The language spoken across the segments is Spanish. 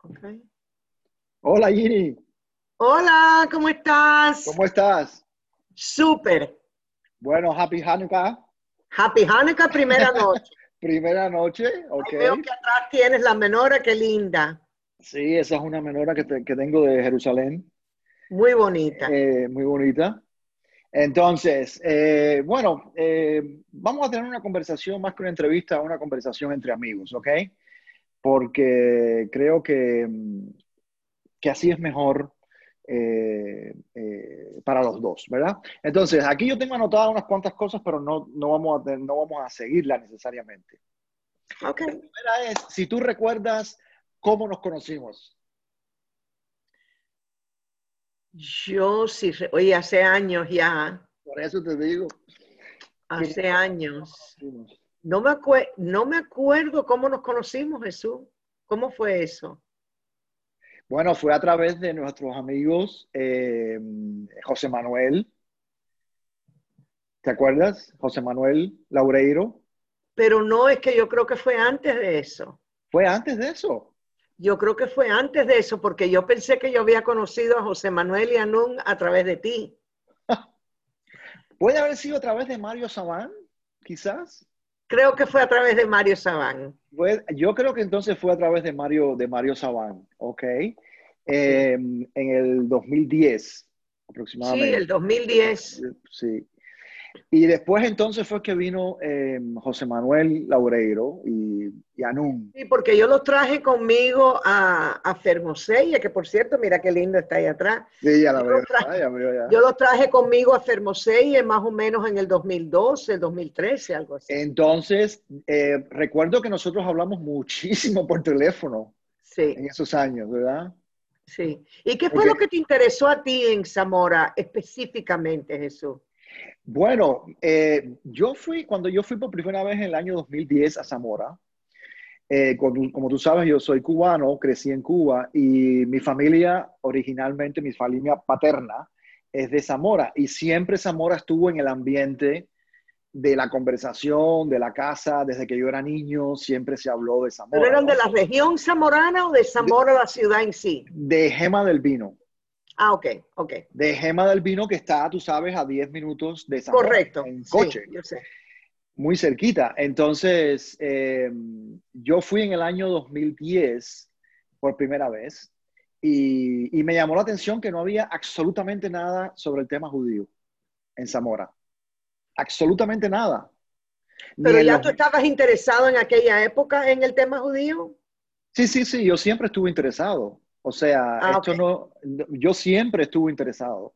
Okay. Hola Gini, Hola, ¿cómo estás? ¿cómo estás? Súper. Bueno, Happy Hanukkah, Happy Hanukkah, primera noche. primera noche, ok. Ahí veo que atrás tienes la menora, qué linda. Sí, esa es una menora que tengo de Jerusalén, Muy bonita. muy bonita. Entonces, bueno, vamos a tener una conversación más que una entrevista, una conversación entre amigos, ¿ok? Porque creo que así es mejor para los dos, ¿verdad? Entonces, aquí yo tengo anotadas unas cuantas cosas, pero no vamos a seguirlas necesariamente. Ok. La primera es, si tú recuerdas cómo nos conocimos. Yo sí, oye, hace años ya, Por eso te digo, ¿tú hace recuerdas cómo nos años. conocimos? No me acuerdo cómo nos conocimos, Jesús. ¿Cómo fue eso? Bueno, fue a través de nuestros amigos José Manuel, ¿te acuerdas? José Manuel Laureiro. Pero no, es que yo creo que fue antes de eso. Fue antes de eso. Yo creo que fue antes de eso, porque yo pensé que yo había conocido a José Manuel y a Nun a través de ti. Puede haber sido a través de Mario Sabán, quizás. Creo que fue a través de Mario Sabán. Yo creo que entonces fue a través de Mario Sabán, ¿ok? Sí, En el 2010 sí, el aproximadamente. 2010. Sí. Y después entonces fue que vino José Manuel Laureiro y Anún. Sí, porque yo los traje conmigo a Fermosella, que por cierto, mira qué lindo está ahí atrás. Sí, ya la Yo veo, los traje, ya veo ya. yo los traje conmigo a Fermosella más o menos en el 2012, 2013, algo así. Entonces, recuerdo que nosotros hablamos muchísimo por teléfono en Sí, esos años, ¿verdad? sí. ¿Y qué fue lo que Porque, te interesó a ti en Zamora específicamente, Jesús? bueno, cuando yo fui por primera vez en el año 2010 a Zamora. Como tú sabes, yo soy cubano, crecí en Cuba y mi familia, originalmente mi familia paterna, es de Zamora y siempre Zamora estuvo en el ambiente de la conversación, de la casa, desde que yo era niño, siempre se habló de ¿Pero Zamora, eran de ¿no? la región zamorana o de De, Zamora, la ciudad en sí? de Gema del Vino, Ah, ok, ok. de Gema del Vino que está, tú sabes, a 10 minutos de Zamora, Correcto, en sí, coche. yo sé. Muy cerquita. Entonces, yo fui en el año 2010 por primera vez y me llamó la atención que no había absolutamente nada sobre el tema judío en Zamora. Absolutamente nada. Ni Pero en ya los... tú estabas interesado en aquella época en el tema judío. Sí, sí, sí, yo siempre estuve interesado. O sea, Ah, ok. yo siempre estuve interesado.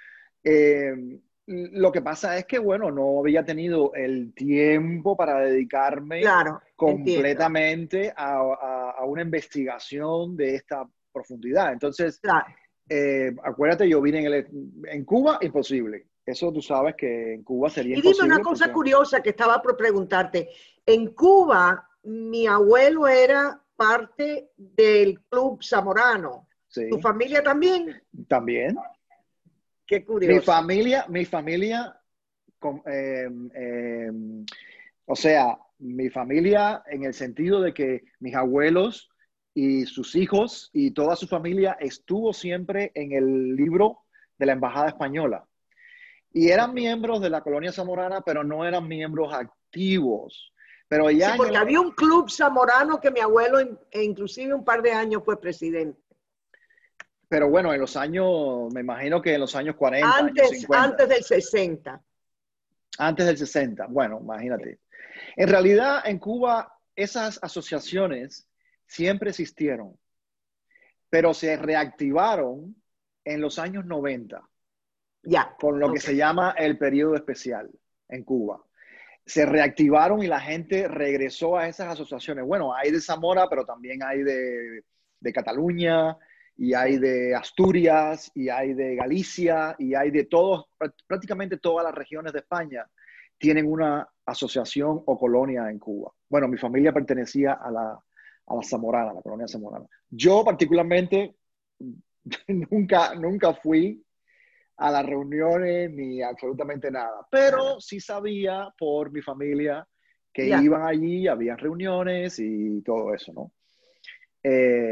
Lo que pasa es que, bueno, no había tenido el tiempo para dedicarme Claro, entiendo. completamente a una investigación de esta profundidad. Entonces, Claro. acuérdate, yo vine en Cuba, imposible. Eso tú sabes que en Cuba sería Y dime una imposible cosa porque, curiosa que estaba por preguntarte. En Cuba, mi abuelo era parte del club zamorano. ¿Tu sí, familia también? también. Qué curioso. Mi familia, con- eh, eh, o sea, mi familia en el sentido de que mis abuelos y sus hijos y toda su familia estuvo siempre en el libro de la Embajada Española. Y eran Okay. miembros de la colonia zamorana, pero no eran miembros activos. Pero Sí, ya en porque el, había un club zamorano que mi abuelo, e inclusive un par de años, fue presidente. pero bueno, en los años, me imagino que en los años 40, años Antes 50, del 60. antes del 60, bueno, imagínate. En realidad, en Cuba, esas asociaciones siempre existieron, pero se reactivaron en los años 90 Ya, con lo que ok. se llama el periodo especial en Cuba. Se reactivaron y la gente regresó a esas asociaciones. Bueno, hay de Zamora, pero también hay de Cataluña, y hay Sí. de Asturias, y hay de Galicia, y hay de todos, prácticamente todas las regiones de España tienen una asociación o colonia en Cuba. Bueno, mi familia pertenecía a la Zamorana, a la colonia Zamorana. Yo particularmente nunca fui a las reuniones ni absolutamente nada, Nada. pero sí sabía por mi familia que Ya. iban allí, habían reuniones y todo eso, ¿no? Eh,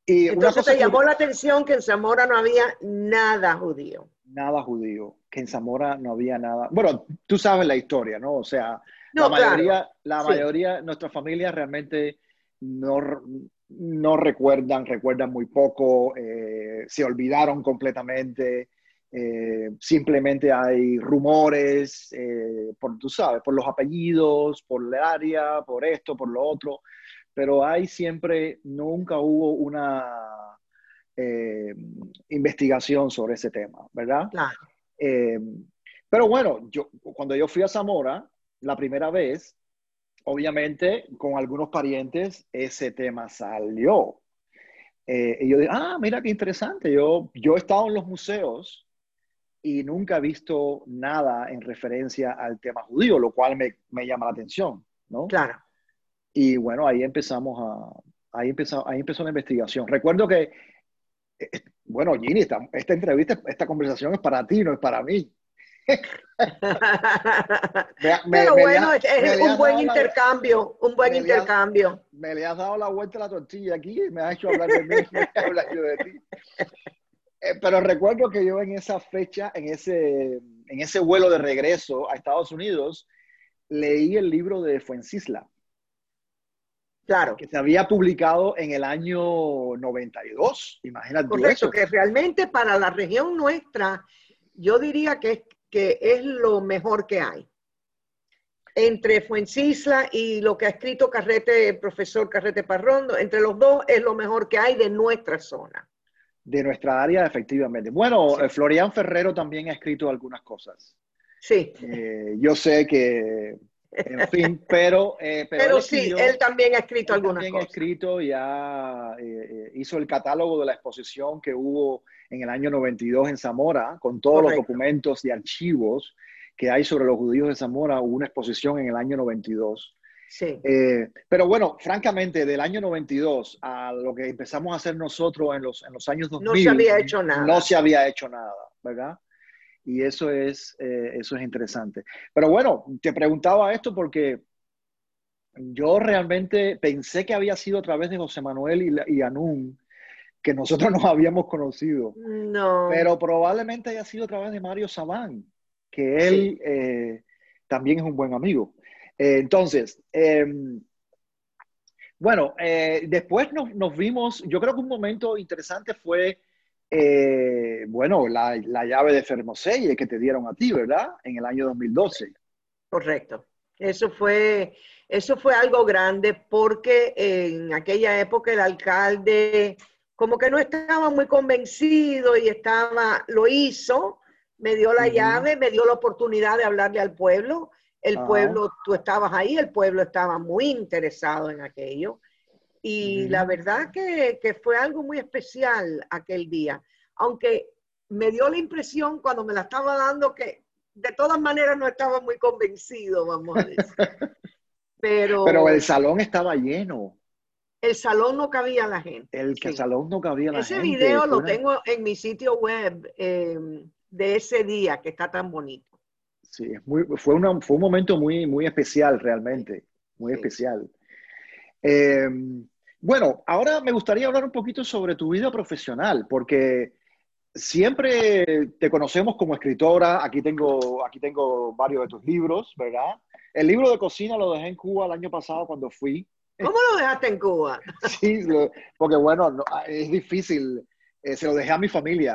Y entonces te llamó la atención que en Zamora no había nada judío. Nada judío, que en Zamora no había nada. Bueno, tú sabes la historia, ¿no? O sea, No, claro. la Sí. mayoría de nuestras familias realmente no, no recuerdan, recuerdan muy poco, se olvidaron completamente. Simplemente hay rumores, tú sabes, por los apellidos, por el área, por esto, por lo otro, pero hay siempre, nunca hubo una eh, investigación sobre ese tema, ¿verdad? Claro. Eh, pero bueno, cuando yo fui a Zamora la primera vez, obviamente con algunos parientes ese tema salió. Y yo dije, mira qué interesante, yo he estado en los museos y nunca he visto nada en referencia al tema judío, lo cual me llama la atención, ¿no? Claro. Y bueno, ahí empezó la investigación. Recuerdo que bueno, Ginny, esta entrevista, esta conversación es para ti, no es para mí. Pero bueno, me es le un has buen dado intercambio, un buen me le has, intercambio. me le has dado la vuelta a la tortilla aquí y me has hecho hablar de mí, me has hablar yo de ti. Pero recuerdo que yo en esa fecha, en ese vuelo de regreso a Estados Unidos, leí el libro de Fuencisla, Claro, que se había publicado en el año 92. Imagínate tú correcto, eso. que realmente para la región nuestra, yo diría que es lo mejor que hay. Entre Fuencisla y lo que ha escrito Carrete, el profesor Carrete Parrondo, entre los dos es lo mejor que hay de nuestra zona. De nuestra área, efectivamente. Bueno, Sí. Florian Ferrero también ha escrito algunas cosas. Sí. Yo sé que, en fin, pero él Pero sí, escribió, él también ha escrito él algunas también ha cosas. escrito, hizo el catálogo de la exposición que hubo en el año 92 en Zamora, con todos los Correcto. documentos y archivos que hay sobre los judíos de Zamora. Hubo una exposición en el año 92. Sí. Pero bueno, francamente, del año 92 a lo que empezamos a hacer nosotros en los años No se 2000, había hecho no nada. se había hecho nada, ¿verdad? Y eso es interesante. Pero bueno, te preguntaba esto porque yo realmente pensé que había sido a través de José Manuel y Anún que nosotros nos habíamos conocido, No. pero probablemente haya sido a través de Mario Sabán, que Sí. él también es un buen amigo. Entonces, bueno, después nos vimos, yo creo que un momento interesante fue, bueno, la llave de Fermoselle que te dieron a ti, ¿verdad? En el año 2012. Correcto. Eso fue algo grande porque en aquella época el alcalde como que no estaba muy convencido y lo hizo, me dio la Ujú. llave, me dio la oportunidad de hablarle al pueblo. El Ajá. pueblo, tú estabas ahí, el pueblo estaba muy interesado en aquello. Y la Ujú. verdad que fue algo muy especial aquel día, aunque me dio la impresión cuando me la estaba dando que de todas maneras no estaba muy convencido, vamos a decir. Pero el Pero salón estaba lleno. el salón no cabía la gente, El sí. salón no cabía la Ese gente. video lo tengo en mi sitio web de ese día que está tan bonito. Sí, fue un momento muy especial Sí, realmente, muy sí. especial. Eh, bueno, ahora me gustaría hablar un poquito sobre tu vida profesional, porque siempre te conocemos como escritora. Aquí tengo varios de tus libros, ¿verdad? El libro de cocina lo dejé en Cuba el año pasado cuando fui. ¿Cómo lo dejaste en Cuba? Sí, porque bueno, es difícil. Se lo dejé a mi familia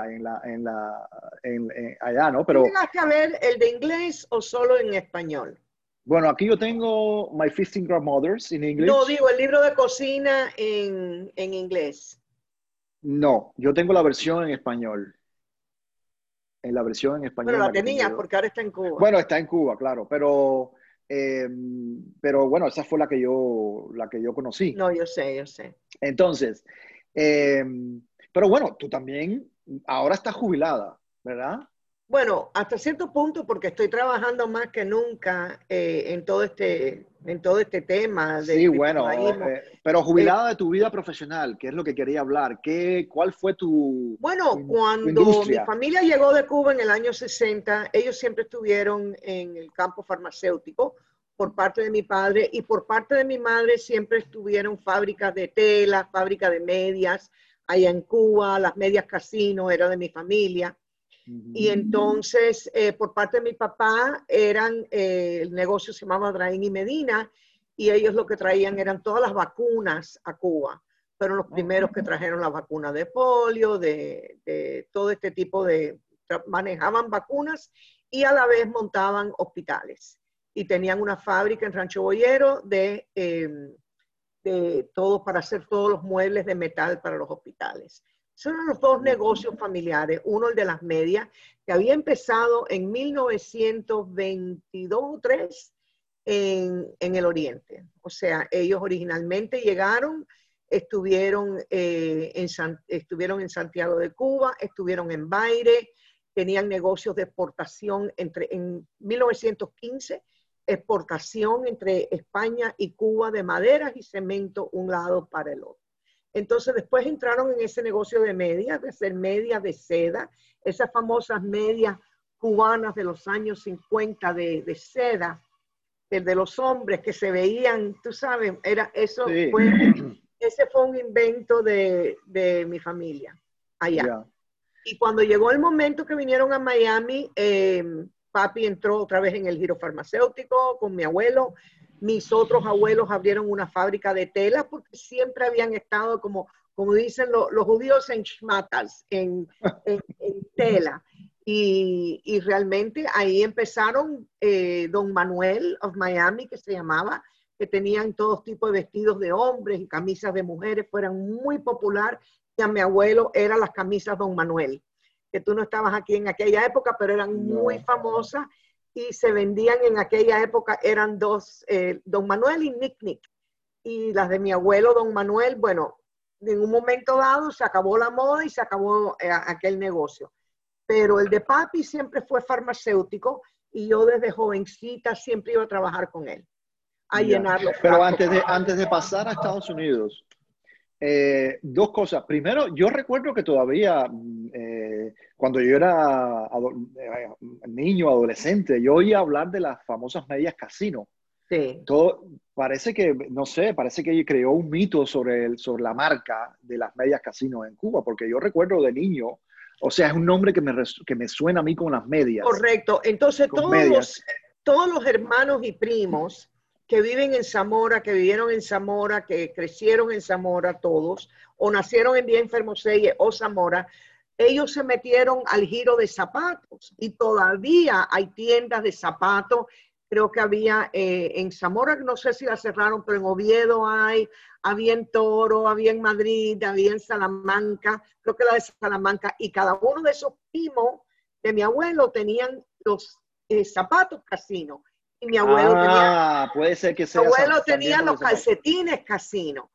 allá, ¿no? ¿Tú Pero llegaste a ver el de inglés o solo en español? bueno, aquí yo tengo My 15 Grandmothers in No, English. digo, el libro de cocina en inglés. No, yo tengo la versión en español. En la versión en Bueno, español la la que tengo tenías yo. porque ahora está en Cuba. Bueno, está en Cuba, claro, eh, pero bueno, esa fue la que yo conocí. No, yo sé, yo sé. Entonces, eh, pero bueno, tú también ahora estás jubilada, ¿verdad? Bueno, hasta cierto punto porque estoy trabajando más que nunca en todo este tema de Sí, bueno, escriturismo. pero Eh, jubilada de tu vida profesional, ¿qué es lo que quería hablar? ¿Cuál fue bueno, tu cuando mi industria? familia llegó de Cuba en el año 60, ellos siempre estuvieron en el campo farmacéutico por parte de mi padre y por parte de mi madre siempre estuvieron fábricas de tela, fábricas de medias. allá en Cuba, las medias casinos era de mi familia. Y entonces, por parte de mi papá, el negocio se llamaba Drain y Medina, y ellos lo que traían eran todas las vacunas a Cuba. Fueron los primeros que trajeron la vacuna de polio, de todo este tipo manejaban vacunas y a la vez montaban hospitales. Y tenían una fábrica en Rancho Boyero de todo para hacer todos los muebles de metal para los hospitales. Esos eran los dos negocios familiares, uno el de las medias, que había empezado en 1922 o 3 en el Oriente. O sea, ellos originalmente llegaron, estuvieron en Santiago de Cuba, estuvieron en Baire, tenían negocios de exportación en 1915, exportación entre España y Cuba de maderas y cemento un lado para el otro. Entonces después entraron en ese negocio de medias, de hacer medias de seda, esas famosas medias cubanas de los años 50 de seda, el de los hombres que se veían, tú sabes, ese fue un invento de mi familia allá. Yeah. Y cuando llegó el momento que vinieron a Miami, papi entró otra vez en el giro farmacéutico con mi abuelo. Mis otros abuelos abrieron una fábrica de tela porque siempre habían estado, como dicen los judíos, en shmatas, en tela. Y realmente ahí empezaron Don Manuel of Miami, que se llamaba, que tenían todos tipos de vestidos de hombres y camisas de mujeres, fueran muy popular. Y a mi abuelo eran las camisas Don Manuel, que tú no estabas aquí en aquella época, pero eran muy famosas y se vendían en aquella época, eran dos, Don Manuel y Nick Nick. Y las de mi abuelo Don Manuel, bueno, en un momento dado se acabó la moda y se acabó aquel negocio. Pero el de papi siempre fue farmacéutico y yo desde jovencita siempre iba a trabajar con él, a llenarlo. Pero antes de pasar a Estados Unidos, dos cosas. Primero, yo recuerdo que todavía cuando yo era niño, adolescente, yo oía hablar de las famosas medias casino. Sí. Parece que, no sé, parece que creó un mito sobre la marca de las medias casino en Cuba, porque yo recuerdo de niño, o sea, es un nombre que me suena a mí con las medias. Correcto. Entonces, todos los hermanos y primos que viven en Zamora, que vivieron en Zamora, que crecieron en Zamora todos, o nacieron en Bien Fermoselle o Zamora, ellos se metieron al giro de zapatos y todavía hay tiendas de zapatos. Creo que había en Zamora, no sé si la cerraron, pero en Oviedo había en Toro, había en Madrid, había en Salamanca, creo que la de Salamanca, y cada uno de esos primos de mi abuelo tenían los zapatos casino. Y mi abuelo puede ser que sea. Mi abuelo tenía los calcetines casino.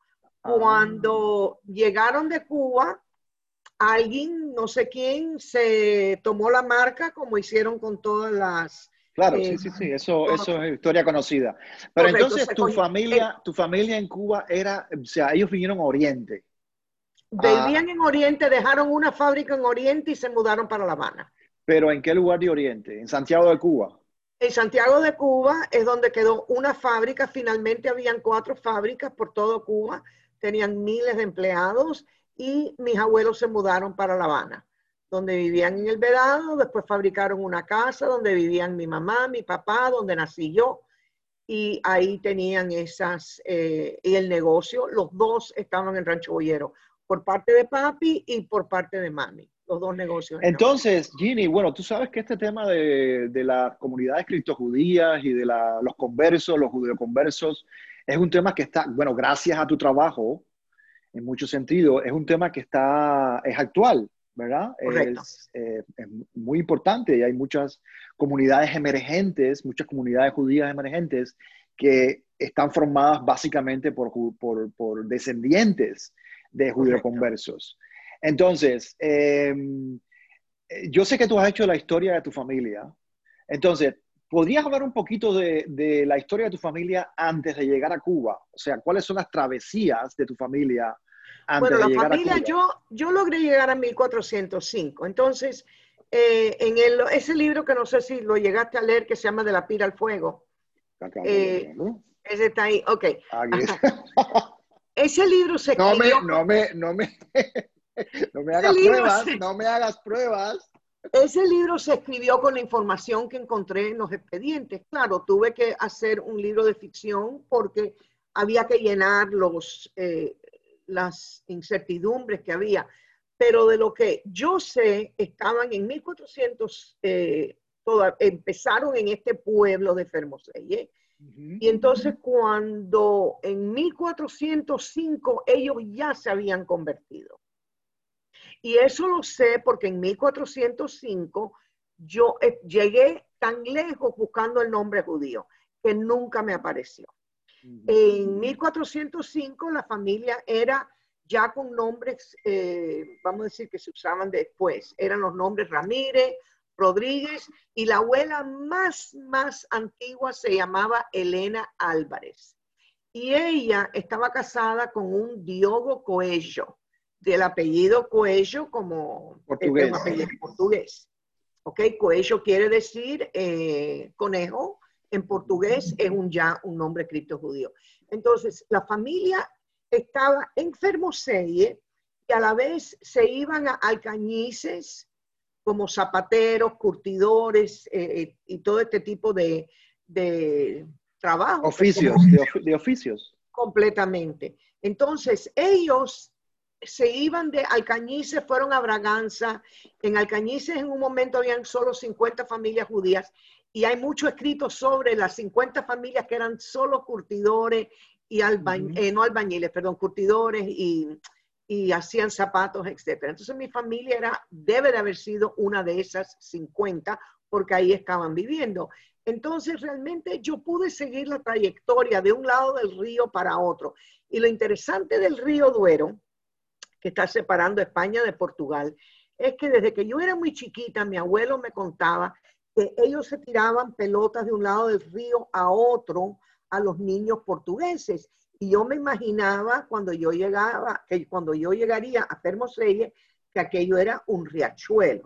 Cuando llegaron de Cuba, alguien, no sé quién, se tomó la marca como hicieron con todas las... Claro, sí, eso es historia conocida. Pero correcto, entonces tu familia en Cuba era, o sea, ellos vinieron a Oriente. Vivían en Oriente, dejaron una fábrica en Oriente y se mudaron para La Habana. ¿Pero en qué lugar de Oriente? ¿En Santiago de Cuba? En Santiago de Cuba es donde quedó una fábrica. Finalmente habían 4 fábricas por todo Cuba. Tenían miles de empleados y mis abuelos se mudaron para La Habana, donde vivían en el Vedado. Después fabricaron una casa donde vivían mi mamá, mi papá, donde nací yo. Y ahí tenían y el negocio. Los dos estaban en Rancho Boyero, por parte de papi y por parte de mami. Los dos negocios. Entonces, Ginny, bueno, tú sabes que este tema de las comunidades criptojudías y de los conversos, los judeoconversos, es un tema que está, bueno, gracias a tu trabajo, en muchos sentidos, es un tema que es actual, ¿verdad? Es muy importante y hay muchas comunidades emergentes, muchas comunidades judías emergentes que están formadas básicamente por descendientes de judeoconversos. Entonces, yo sé que tú has hecho la historia de tu familia. Entonces, ¿podrías hablar un poquito de la historia de tu familia antes de llegar a Cuba? O sea, ¿cuáles son las travesías de tu familia antes de llegar a Cuba? Bueno, la familia, yo logré llegar a 1405. Entonces, ese libro que no sé si lo llegaste a leer, que se llama De la pira al fuego. Ese está ahí, ok. Ese libro se escribió... No me No me Ese hagas libro pruebas, se, no me hagas pruebas. ese libro se escribió con la información que encontré en los expedientes. Claro, tuve que hacer un libro de ficción porque había que llenar las incertidumbres que había. Pero de lo que yo sé, estaban en 1400, empezaron en este pueblo de Fermoselle. Ujú. Y entonces cuando en 1405 ellos ya se habían convertido. Y eso lo sé porque en 1405 yo llegué tan lejos buscando el nombre judío que nunca me apareció. Ujú. En 1405 la familia era ya con nombres, vamos a decir que se usaban después, eran los nombres Ramírez, Rodríguez, y la abuela más antigua se llamaba Elena Álvarez. Y ella estaba casada con un Diogo Coelho, del apellido Coelho, como este es un Portugués. apellido portugués. ¿Ok? Coelho quiere decir conejo. En Ujú. portugués es ya un nombre cripto judío. Entonces, la familia estaba en Fermoselle y a la vez se iban a alcañices como zapateros, curtidores y todo este tipo de trabajo que es como Oficios, de oficios. completamente. Entonces, ellos se iban de Alcañices, fueron a Braganza. En Alcañices en un momento habían solo 50 familias judías y hay mucho escrito sobre las 50 familias que eran solo curtidores y Ujú. no albañiles, perdón, curtidores y hacían zapatos, etc. Entonces mi familia debe de haber sido una de esas 50 porque ahí estaban viviendo. Entonces, realmente yo pude seguir la trayectoria de un lado del río para otro. Y lo interesante del río Duero, que está separando España de Portugal, es que desde que yo era muy chiquita, mi abuelo me contaba que ellos se tiraban pelotas de un lado del río a otro a los niños portugueses. Y yo me imaginaba cuando yo llegaba, que cuando yo llegaría a Fermoselle, que aquello era un riachuelo.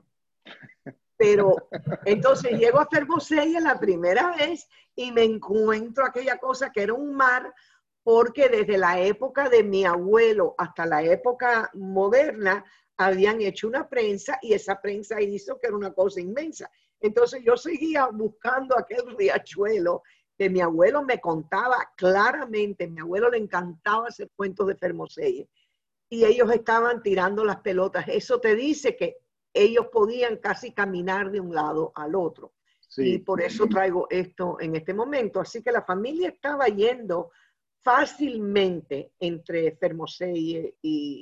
Pero entonces llego a Fermoselle la primera vez y me encuentro aquella cosa que era un mar, porque desde la época de mi abuelo hasta la época moderna habían hecho una prensa y esa prensa hizo que era una cosa inmensa. Entonces yo seguía buscando aquel riachuelo que mi abuelo me contaba claramente. Mi abuelo le encantaba hacer cuentos de Fermoselle y ellos estaban tirando las pelotas. Eso te dice que ellos podían casi caminar de un lado al otro. Y Sí. por eso traigo esto en este momento. Así que la familia estaba yendo fácilmente entre Fermoselle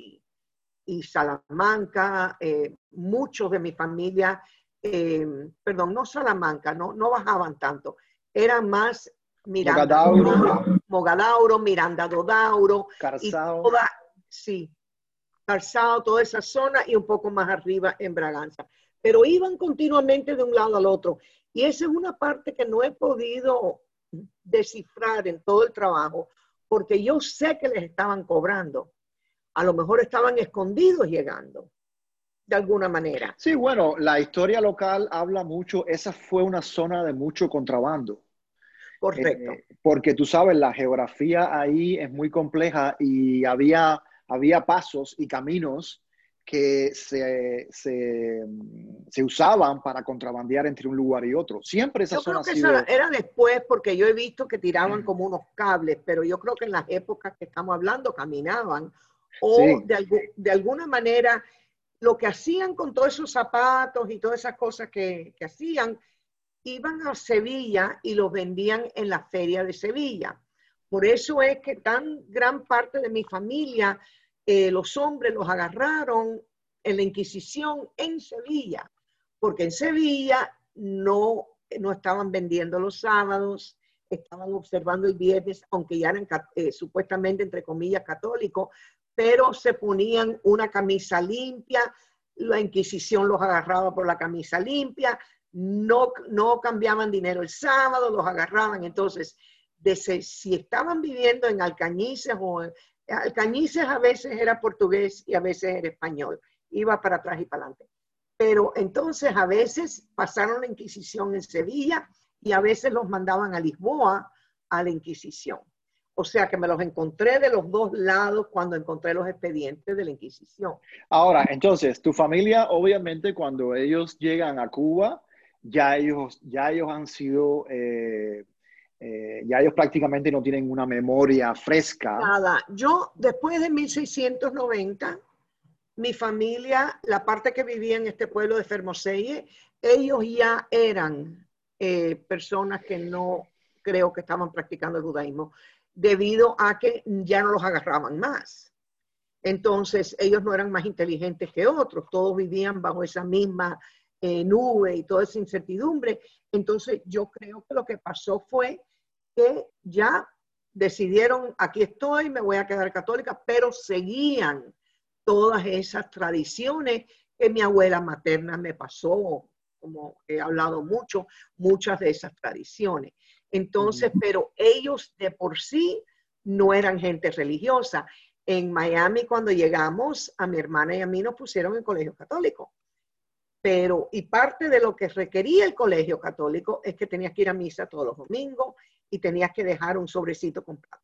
y Salamanca. Muchos de mi familia, perdón, no Salamanca, no bajaban tanto. Eran más Miranda do Mogadauro, Douro, Mogadauro, Miranda do Douro y Carzao. toda, sí, Calzado, toda esa zona y un poco más arriba en Braganza. Pero iban continuamente de un lado al otro. Y esa es una parte que no he podido descifrar en todo el trabajo, porque yo sé que les estaban cobrando. A lo mejor estaban escondidos llegando, de alguna manera. Sí, bueno, la historia local habla mucho, esa fue una zona de mucho contrabando. Correcto. Porque tú sabes, la geografía ahí es muy compleja y había pasos y caminos que se usaban para contrabandear entre un lugar y otro. Siempre esa Yo zona creo ha que eso sido... era después, porque yo he visto que tiraban como unos cables, pero yo creo que en las épocas que estamos hablando caminaban o Sí, de alguna manera lo que hacían con todos esos zapatos y todas esas cosas que hacían, iban a Sevilla y los vendían en la feria de Sevilla. Por eso es que tan gran parte de mi familia, los hombres los agarraron en la Inquisición en Sevilla, porque en Sevilla no estaban vendiendo los sábados, estaban observando el viernes, aunque ya eran supuestamente, entre comillas, católicos, pero se ponían una camisa limpia, la Inquisición los agarraba por la camisa limpia, no cambiaban dinero el sábado, los agarraban. Entonces, si estaban viviendo en Alcañices Alcañices a veces era portugués y a veces era español, iba para atrás y para adelante. Pero entonces a veces pasaron la Inquisición en Sevilla y a veces los mandaban a Lisboa a la Inquisición. O sea que me los encontré de los dos lados cuando encontré los expedientes de la Inquisición. Ahora, entonces, tu familia, obviamente, cuando ellos llegan a Cuba, ya ellos han sido, ya ellos prácticamente no tienen una memoria fresca. Nada, yo después de 1690, mi familia, la parte que vivía en este pueblo de Fermoselle, ellos ya eran personas que no creo que estaban practicando el judaísmo, debido a que ya no los agarraban más. Entonces, ellos no eran más inteligentes que otros, todos vivían bajo esa misma nube y toda esa incertidumbre. Entonces, yo creo que lo que pasó fue que ya decidieron, aquí estoy, me voy a quedar católica, pero seguían todas esas tradiciones que mi abuela materna me pasó, como he hablado mucho, muchas de esas tradiciones. Entonces, pero ellos de por sí no eran gente religiosa. En Miami, cuando llegamos, a mi hermana y a mí nos pusieron en colegio católico. Pero, y parte de lo que requería el colegio católico es que tenías que ir a misa todos los domingos y tenías que dejar un sobrecito comprado.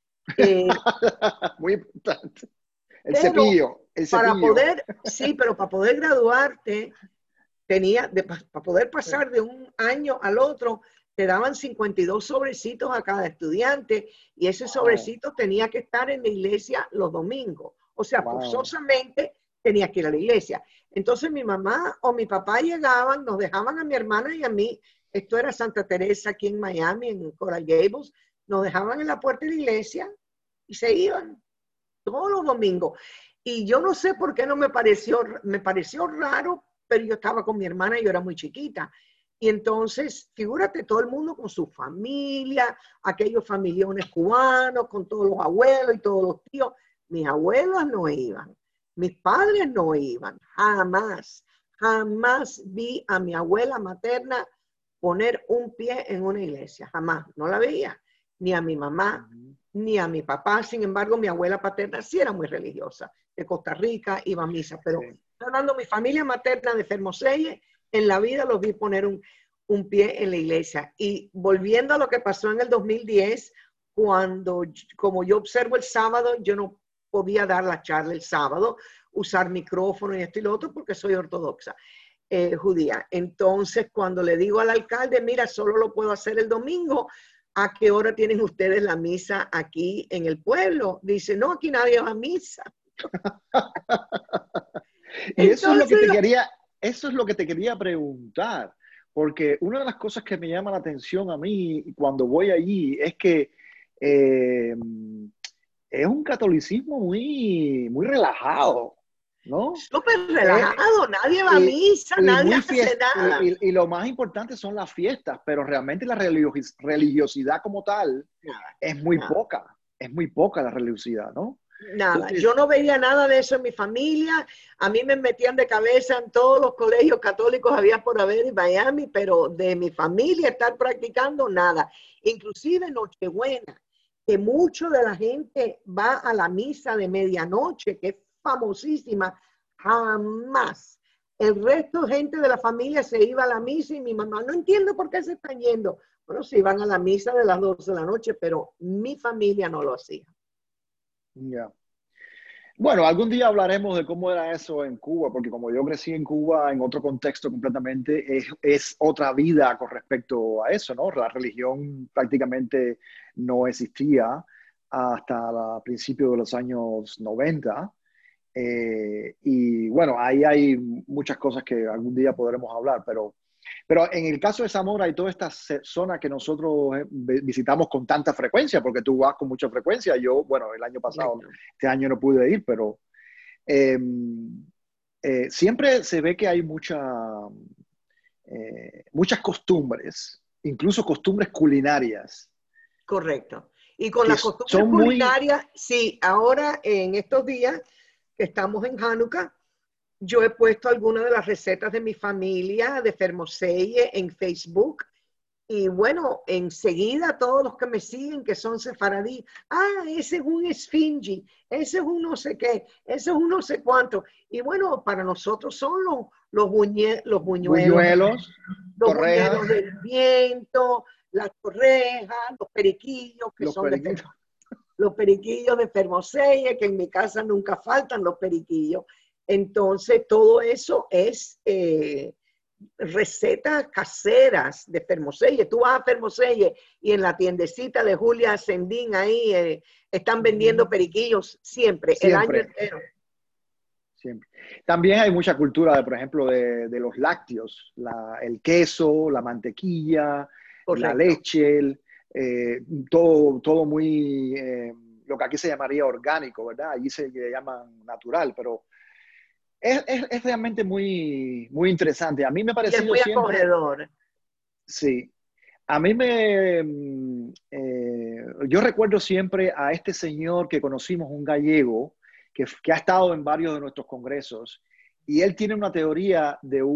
Muy importante. El Pero cepillo, el para cepillo. poder, sí, pero para poder graduarte, para poder pasar de un año al otro, te daban 52 sobrecitos a cada estudiante y ese sobrecito tenía que estar en la iglesia los domingos. O sea, forzosamente tenías que ir a la iglesia. Entonces mi mamá o mi papá llegaban, nos dejaban a mi hermana y a mí, esto era Santa Teresa aquí en Miami, en Coral Gables, nos dejaban en la puerta de la iglesia y se iban todos los domingos. Y yo no sé por qué no me pareció raro, pero yo estaba con mi hermana y yo era muy chiquita. Y entonces, figúrate, todo el mundo con su familia, aquellos familiones cubanos, con todos los abuelos y todos los tíos. Mis abuelos no iban, mis padres no iban, jamás, jamás vi a mi abuela materna poner un pie en una iglesia, jamás, no la veía, ni a mi mamá, ni a mi papá. Sin embargo, mi abuela paterna sí era muy religiosa, de Costa Rica, iba a misa, pero hablando mi familia materna de Fermoselle, en la vida los vi poner un pie en la iglesia. Y volviendo a lo que pasó en el 2010, cuando, como yo observo el sábado, yo no podía dar la charla el sábado, usar micrófono y esto y lo otro, porque soy ortodoxa judía. Entonces, cuando le digo al alcalde, mira, solo lo puedo hacer el domingo, ¿a qué hora tienen ustedes la misa aquí en el pueblo? Dice, no, aquí nadie va a misa. Y eso es lo que te quería preguntar, porque una de las cosas que me llama la atención a mí cuando voy allí es que es un catolicismo muy relajado, ¿no? Súper relajado, nadie va a misa, nadie hace nada. Y lo más importante son las fiestas, pero realmente la religiosidad como tal es muy poca la religiosidad, ¿no? Nada, Entonces, yo no veía nada de eso en mi familia, a mí me metían de cabeza en todos los colegios católicos había por haber en Miami, pero de mi familia estar practicando nada, inclusive Nochebuena, que mucho de la gente va a la misa de medianoche, que es famosísima, jamás. El resto de gente de la familia se iba a la misa y mi mamá, no entiendo por qué se están yendo. Bueno, se iban a la misa de las 12 de la noche, pero mi familia no lo hacía. yeah. Bueno, algún día hablaremos de cómo era eso en Cuba, porque como yo crecí en Cuba en otro contexto completamente, es otra vida con respecto a eso, ¿no? La religión prácticamente no existía hasta principios de los años 90. Y bueno, ahí hay muchas cosas que algún día podremos hablar, pero en el caso de Zamora y toda esta zona que nosotros visitamos con tanta frecuencia, porque tú vas con mucha frecuencia, yo, bueno, el año pasado, este año no pude ir, pero siempre se ve que hay muchas costumbres, incluso costumbres culinarias. Correcto. Y con las costumbres culinarias, sí, ahora en estos días que estamos en Hanukkah, yo he puesto algunas de las recetas de mi familia de Fermoselle en Facebook y bueno, enseguida todos los que me siguen que son sefaradí, ese es un esfingi, ese es un no sé qué, ese es un no sé cuánto. Y bueno, para nosotros son los buñuelos del viento, las torrejas, los periquillos, que son de los periquillos de Fermoselle, que en mi casa nunca faltan los periquillos. Entonces, todo eso es recetas caseras de Fermoselle. Tú vas a Fermoselle y en la tiendecita de Julia Sendín ahí están vendiendo periquillos siempre, el año Siempre, entero. siempre. También hay mucha cultura, por ejemplo, de los lácteos, el queso, la mantequilla, la Correcto. leche, todo muy, lo que aquí se llamaría orgánico, ¿verdad? Allí se le llaman natural, pero es realmente muy interesante. A mí me ha Y es parecido muy siempre, acogedor. sí, a mí yo recuerdo siempre a este señor que conocimos, un gallego, que ha estado en varios de nuestros congresos, y él tiene una teoría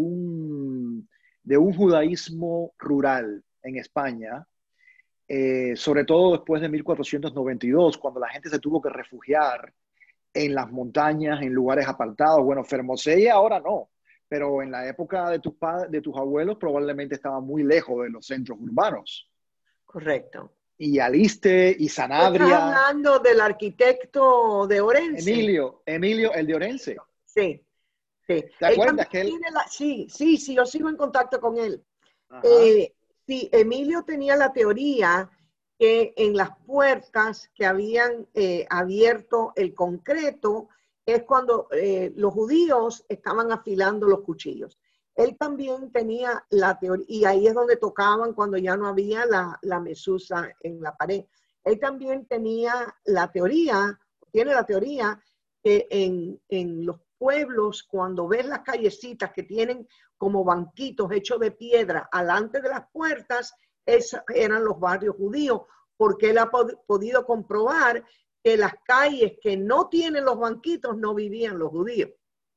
de un judaísmo rural en España, sobre todo después de 1492, cuando la gente se tuvo que refugiar en las montañas, en lugares apartados. Bueno, Fermoselle ahora no, pero en la época de tus abuelos probablemente estaba muy lejos de los centros urbanos. Correcto. Y Aliste y Tú estás Sanabria, hablando del arquitecto de Orense. Emilio, el de Orense. Sí, sí. ¿Te Él acuerdas también que él? tiene sí, yo sigo en contacto con él. Ajá. Eh, sí, Emilio tenía la teoría que en las puertas que habían abierto el concreto es cuando los judíos estaban afilando los cuchillos. Él también tenía la teoría, y ahí es donde tocaban cuando ya no había la mesusa en la pared. Él también tenía la teoría, tiene la teoría que en los pueblos, cuando ves las callecitas que tienen como banquitos hechos de piedra alante de las puertas, esos eran los barrios judíos, porque él ha podido comprobar que las calles que no tienen los banquitos no vivían los judíos.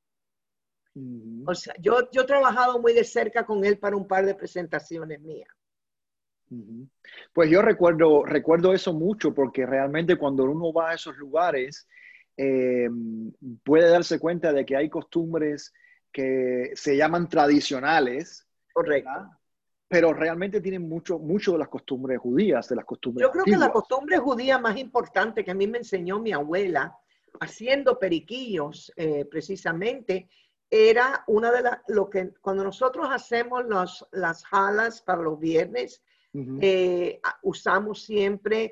Uh-huh. O sea, yo he trabajado muy de cerca con él para un par de presentaciones mías. Uh-huh. Pues yo recuerdo eso mucho porque realmente cuando uno va a esos lugares eh, puede darse cuenta de que hay costumbres que se llaman tradicionales, ¿verdad? Correcto. Pero realmente tienen mucho de las costumbres judías, de las costumbres Yo creo que la antiguas. costumbre judía más importante que a mí me enseñó mi abuela, haciendo periquillos precisamente, era una de lo que cuando nosotros hacemos las jalas para los viernes, Uh-huh. usamos siempre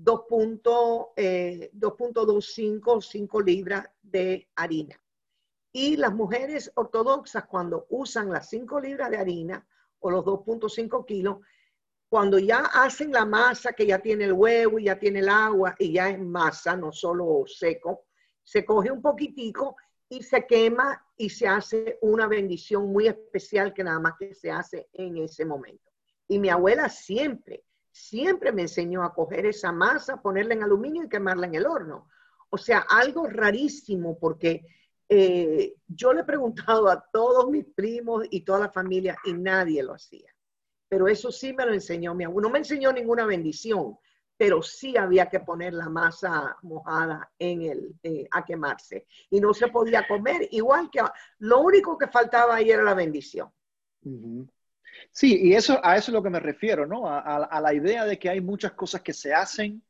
2.25 5 libras de harina. Y las mujeres ortodoxas, cuando usan las 5 libras de harina o los 2.5 kilos, cuando ya hacen la masa, que ya tiene el huevo y ya tiene el agua y ya es masa, no solo seco, se coge un poquitico y se quema y se hace una bendición muy especial que nada más que se hace en ese momento. Y mi abuela siempre me enseñó a coger esa masa, ponerla en aluminio y quemarla en el horno. O sea, algo rarísimo porque yo le he preguntado a todos mis primos y toda la familia y nadie lo hacía. Pero eso sí me lo enseñó mi abuelo. No me enseñó ninguna bendición, pero sí había que poner la masa mojada a quemarse. Y no se podía comer, igual que lo único que faltaba ahí era la bendición. Uh-huh. Sí, y a eso es lo que me refiero, ¿no? A la idea de que hay muchas cosas que se hacen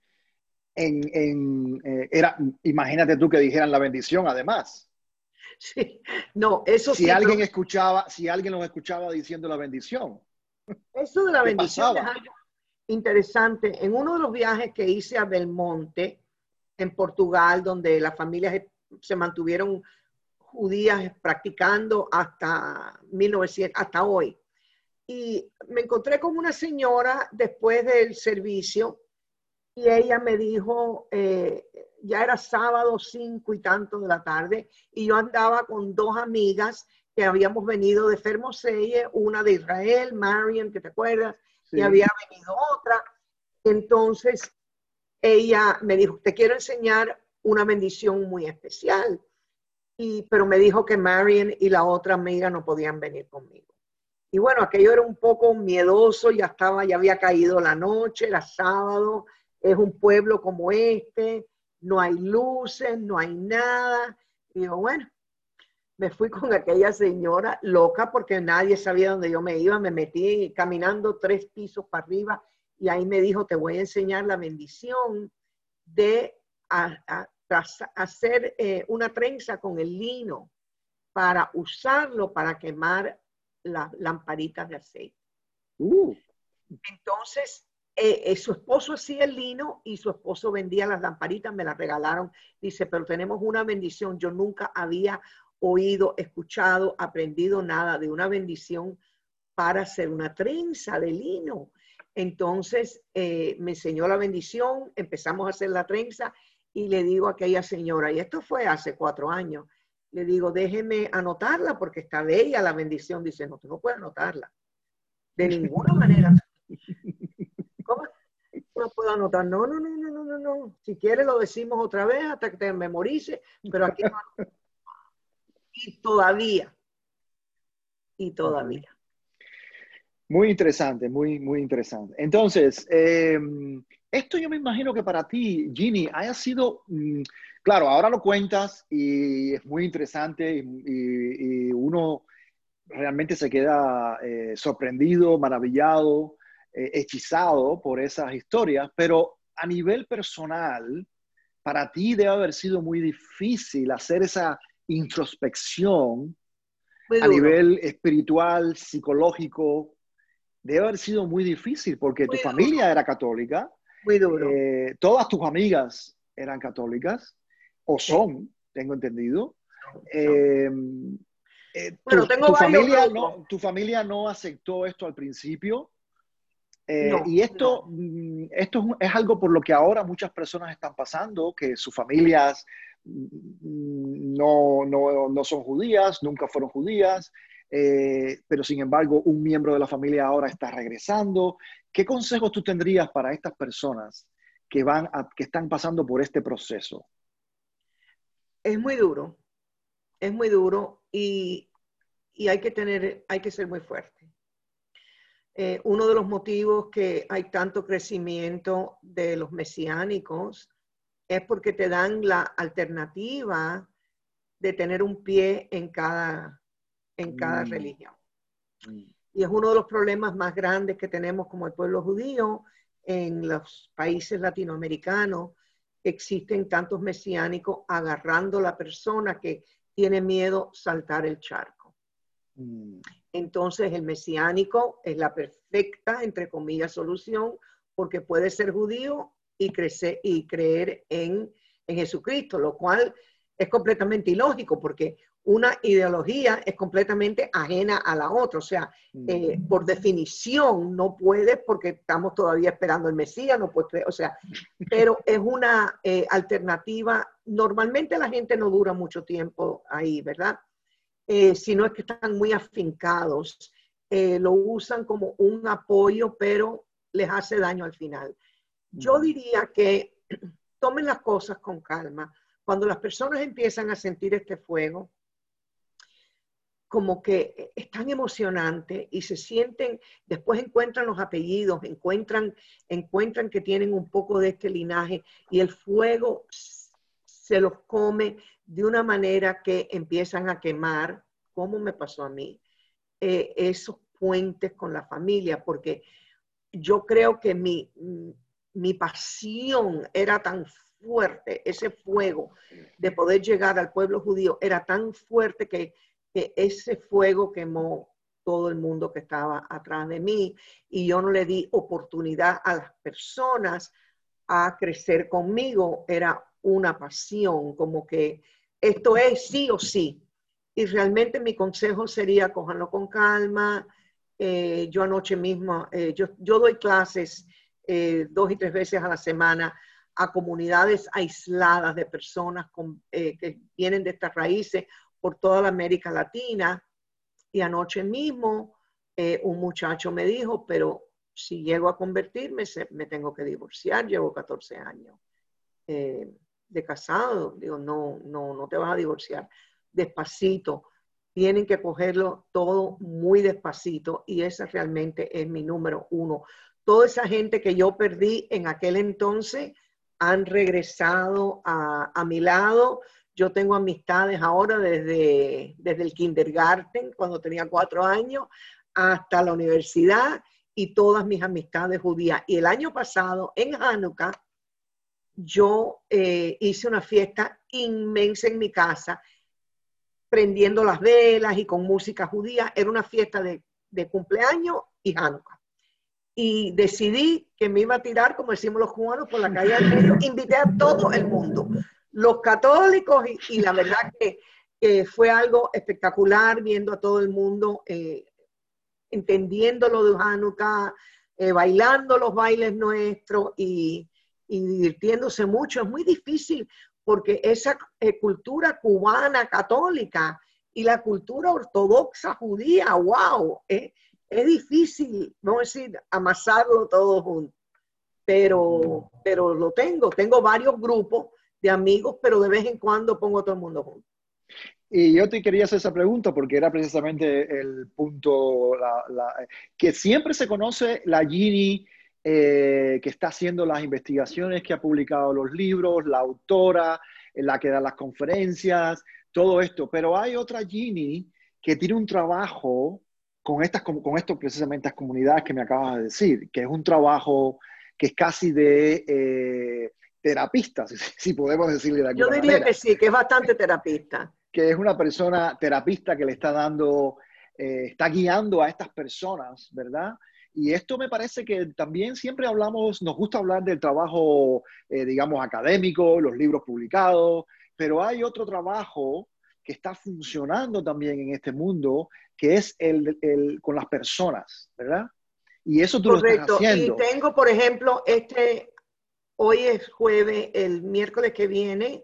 imagínate tú que dijeran la bendición, además. Sí, no, eso Si sí, pero alguien los escuchaba diciendo la bendición, eso de la ¿qué bendición es pasaba? algo interesante. En uno de los viajes que hice a Belmonte, en Portugal, donde las familias se mantuvieron judías practicando hasta 1900, hasta hoy. Y me encontré con una señora después del servicio y ella me dijo, ya era sábado 5 y tanto de la tarde, y yo andaba con dos amigas que habíamos venido de Fermoselle, una de Israel, Marian, que te acuerdas, y Sí. había venido otra. Entonces ella me dijo, te quiero enseñar una bendición muy especial. Pero me dijo que Marian y la otra amiga no podían venir conmigo. Y bueno, aquello era un poco miedoso, ya había caído la noche, era sábado, es un pueblo como este, no hay luces, no hay nada. Y yo, bueno, me fui con aquella señora loca porque nadie sabía dónde yo me iba, me metí caminando 3 pisos para arriba y ahí me dijo, te voy a enseñar la bendición. de hacer una trenza con el lino para usarlo para quemar las lamparitas de aceite. Entonces, su esposo hacía el lino y su esposo vendía las lamparitas, me las regalaron. Dice, pero tenemos una bendición. Yo nunca había oído, escuchado, aprendido nada de una bendición para hacer una trenza de lino. Entonces, me enseñó la bendición, empezamos a hacer la trenza y le digo a aquella señora, y esto fue hace 4 años, le digo, déjeme anotarla porque está de ella la bendición. Dice, no, tú no puedes anotarla. De ninguna manera. ¿Cómo? No puedo anotar. No, no, no, no, no, no, no. Si quieres lo decimos otra vez hasta que te memorice, pero aquí no. Y todavía. Y todavía. Muy interesante, muy, muy interesante. Entonces, esto yo me imagino que para ti, Ginny, haya sido, claro, ahora lo cuentas y es muy interesante y uno realmente se queda sorprendido, maravillado, hechizado por esas historias, pero a nivel personal, para ti debe haber sido muy difícil hacer esa introspección a nivel espiritual, psicológico. Debe haber sido muy difícil porque tu familia era católica, muy duro. Todas tus amigas eran católicas, o son, tengo entendido. Bueno, tengo varios grupos. Tu familia no aceptó esto al principio. No, y esto, no. Esto es algo por lo que ahora muchas personas están pasando, que sus familias no son judías, nunca fueron judías, pero sin embargo un miembro de la familia ahora está regresando. ¿Qué consejos tú tendrías para estas personas que están pasando por este proceso? Es muy duro y hay que ser muy fuerte. Uno de los motivos que hay tanto crecimiento de los mesiánicos es porque te dan la alternativa de tener un pie en cada religión. Y es uno de los problemas más grandes que tenemos como el pueblo judío en los países latinoamericanos. Existen tantos mesiánicos agarrando a la persona que tiene miedo saltar el charco. Entonces el mesiánico es la perfecta, entre comillas, solución, porque puede ser judío y creer en Jesucristo, lo cual es completamente ilógico, porque una ideología es completamente ajena a la otra. O sea, por definición no puedes, porque estamos todavía esperando el Mesías, no puedes, o sea, pero es una alternativa. Normalmente la gente no dura mucho tiempo ahí, ¿verdad? Si no es que están muy afincados, lo usan como un apoyo, pero les hace daño al final. Yo diría que tomen las cosas con calma. Cuando las personas empiezan a sentir este fuego, como que es tan emocionante y se sienten, después encuentran los apellidos, encuentran que tienen un poco de este linaje y el fuego se los come de una manera que empiezan a quemar, como me pasó a mí, esos puentes con la familia, porque yo creo que mi pasión era tan fuerte, ese fuego de poder llegar al pueblo judío era tan fuerte que ese fuego quemó todo el mundo que estaba atrás de mí y yo no le di oportunidad a las personas a crecer conmigo. Era una pasión, como que esto es sí o sí. Y realmente mi consejo sería cójanlo con calma. Yo anoche mismo, yo doy clases 2 y 3 veces a la semana a comunidades aisladas de personas que vienen de estas raíces por toda la América Latina. Y anoche mismo un muchacho me dijo, pero si llego a convertirme, me tengo que divorciar, llevo 14 años de casado. Digo, no te vas a divorciar. Despacito, tienen que cogerlo todo muy despacito y ese realmente es mi número 1. Toda esa gente que yo perdí en aquel entonces han regresado a mi lado. Yo tengo amistades ahora desde el kindergarten, cuando tenía 4 años, hasta la universidad y todas mis amistades judías. Y el año pasado, en Hanukkah, yo hice una fiesta inmensa en mi casa, prendiendo las velas y con música judía. Era una fiesta de cumpleaños y Hanukkah. Y decidí que me iba a tirar, como decimos los cubanos, por la calle del medio. Invité a todo el mundo, los católicos, y la verdad que fue algo espectacular viendo a todo el mundo entendiendo lo de Hanukkah, bailando los bailes nuestros y divirtiéndose mucho. Es muy difícil porque esa cultura cubana católica y la cultura ortodoxa judía, wow, es difícil, vamos a decir, amasarlo todo junto. Pero lo tengo varios grupos de amigos, pero de vez en cuando pongo a todo el mundo junto. Y yo te quería hacer esa pregunta porque era precisamente el punto, que siempre se conoce la Ginny que está haciendo las investigaciones, que ha publicado los libros, la autora, la que da las conferencias, todo esto. Pero hay otra Ginny que tiene un trabajo con esto precisamente las comunidades que me acabas de decir, que es un trabajo que es casi de terapista, si podemos decirle de Yo alguna diría manera. que sí, que es bastante terapista. Que es una persona terapista que le está dando, está guiando a estas personas, ¿verdad? Y esto me parece que también siempre hablamos, nos gusta hablar del trabajo, digamos, académico, los libros publicados, pero hay otro trabajo que está funcionando también en este mundo, que es con las personas, ¿verdad? Y eso tú lo estás Correcto. Y haciendo. tengo, por ejemplo, hoy es jueves, el miércoles que viene,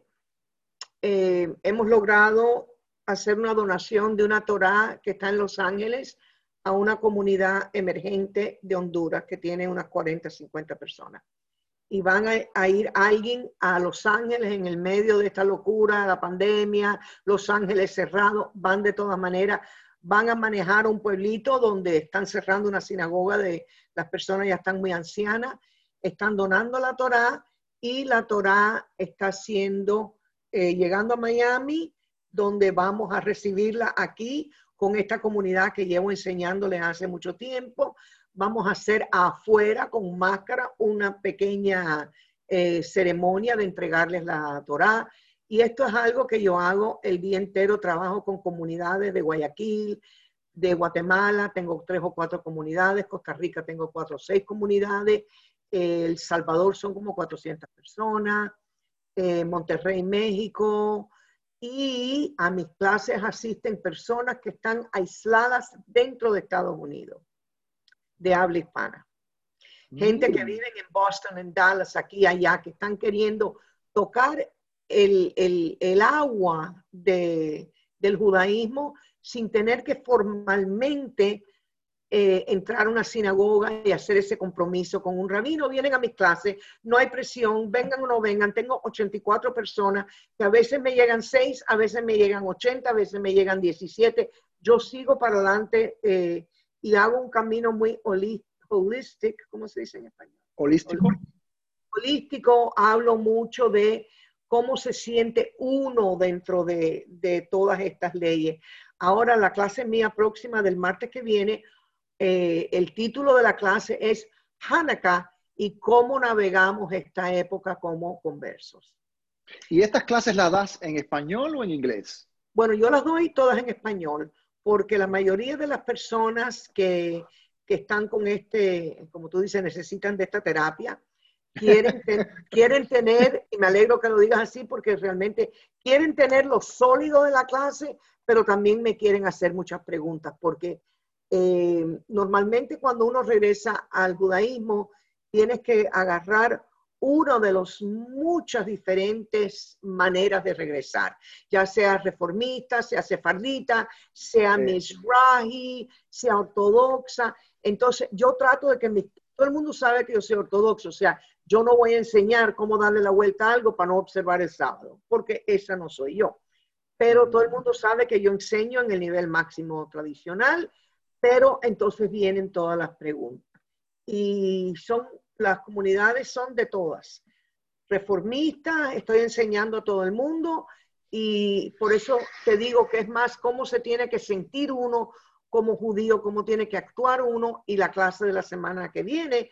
hemos logrado hacer una donación de una Torá que está en Los Ángeles a una comunidad emergente de Honduras que tiene unas 40, 50 personas. Y van a ir alguien a Los Ángeles en el medio de esta locura, la pandemia, Los Ángeles cerrado, van de todas maneras, van a manejar un pueblito donde están cerrando una sinagoga de las personas ya están muy ancianas, están donando la Torá y la Torá está llegando a Miami, donde vamos a recibirla aquí con esta comunidad que llevo enseñándoles hace mucho tiempo. Vamos a hacer afuera con máscara una pequeña ceremonia de entregarles la Torá. Y esto es algo que yo hago el día entero. Trabajo con comunidades de Guayaquil, de Guatemala, tengo 3 o 4 comunidades. Costa Rica tengo 4 o 6 comunidades. El Salvador son como 400 personas. Monterrey, México. Y a mis clases asisten personas que están aisladas dentro de Estados Unidos, de habla hispana. Gente que vive en Boston, en Dallas, aquí, allá, que están queriendo tocar el agua del judaísmo sin tener que formalmente entrar a una sinagoga y hacer ese compromiso con un rabino. Vienen a mis clases, no hay presión, vengan o no vengan. Tengo 84 personas, que a veces me llegan 6, a veces me llegan 80, a veces me llegan 17. Yo sigo para adelante y hago un camino muy holistic, ¿cómo se dice en español? ¿Holístico? Holístico, hablo mucho de cómo se siente uno dentro de todas estas leyes. Ahora la clase mía próxima del martes que viene, el título de la clase es Hanukkah y cómo navegamos esta época como conversos. ¿Y estas clases las das en español o en inglés? Bueno, yo las doy todas en español porque la mayoría de las personas que están con como tú dices, necesitan de esta terapia, quieren tener, y me alegro que lo digas así porque realmente quieren tener lo sólido de la clase, pero también me quieren hacer muchas preguntas porque normalmente cuando uno regresa al judaísmo tienes que agarrar una de las muchas diferentes maneras de regresar, ya sea reformista, sea sefardita, sea mizrahi, sea ortodoxa. Entonces yo trato de que todo el mundo sabe que yo soy ortodoxo, o sea, yo no voy a enseñar cómo darle la vuelta a algo para no observar el sábado, porque esa no soy yo. Pero todo el mundo sabe que yo enseño en el nivel máximo tradicional, pero entonces vienen todas las preguntas. Y las comunidades son de todas. Reformistas, estoy enseñando a todo el mundo y por eso te digo que es más cómo se tiene que sentir uno como judío, cómo tiene que actuar uno y la clase de la semana que viene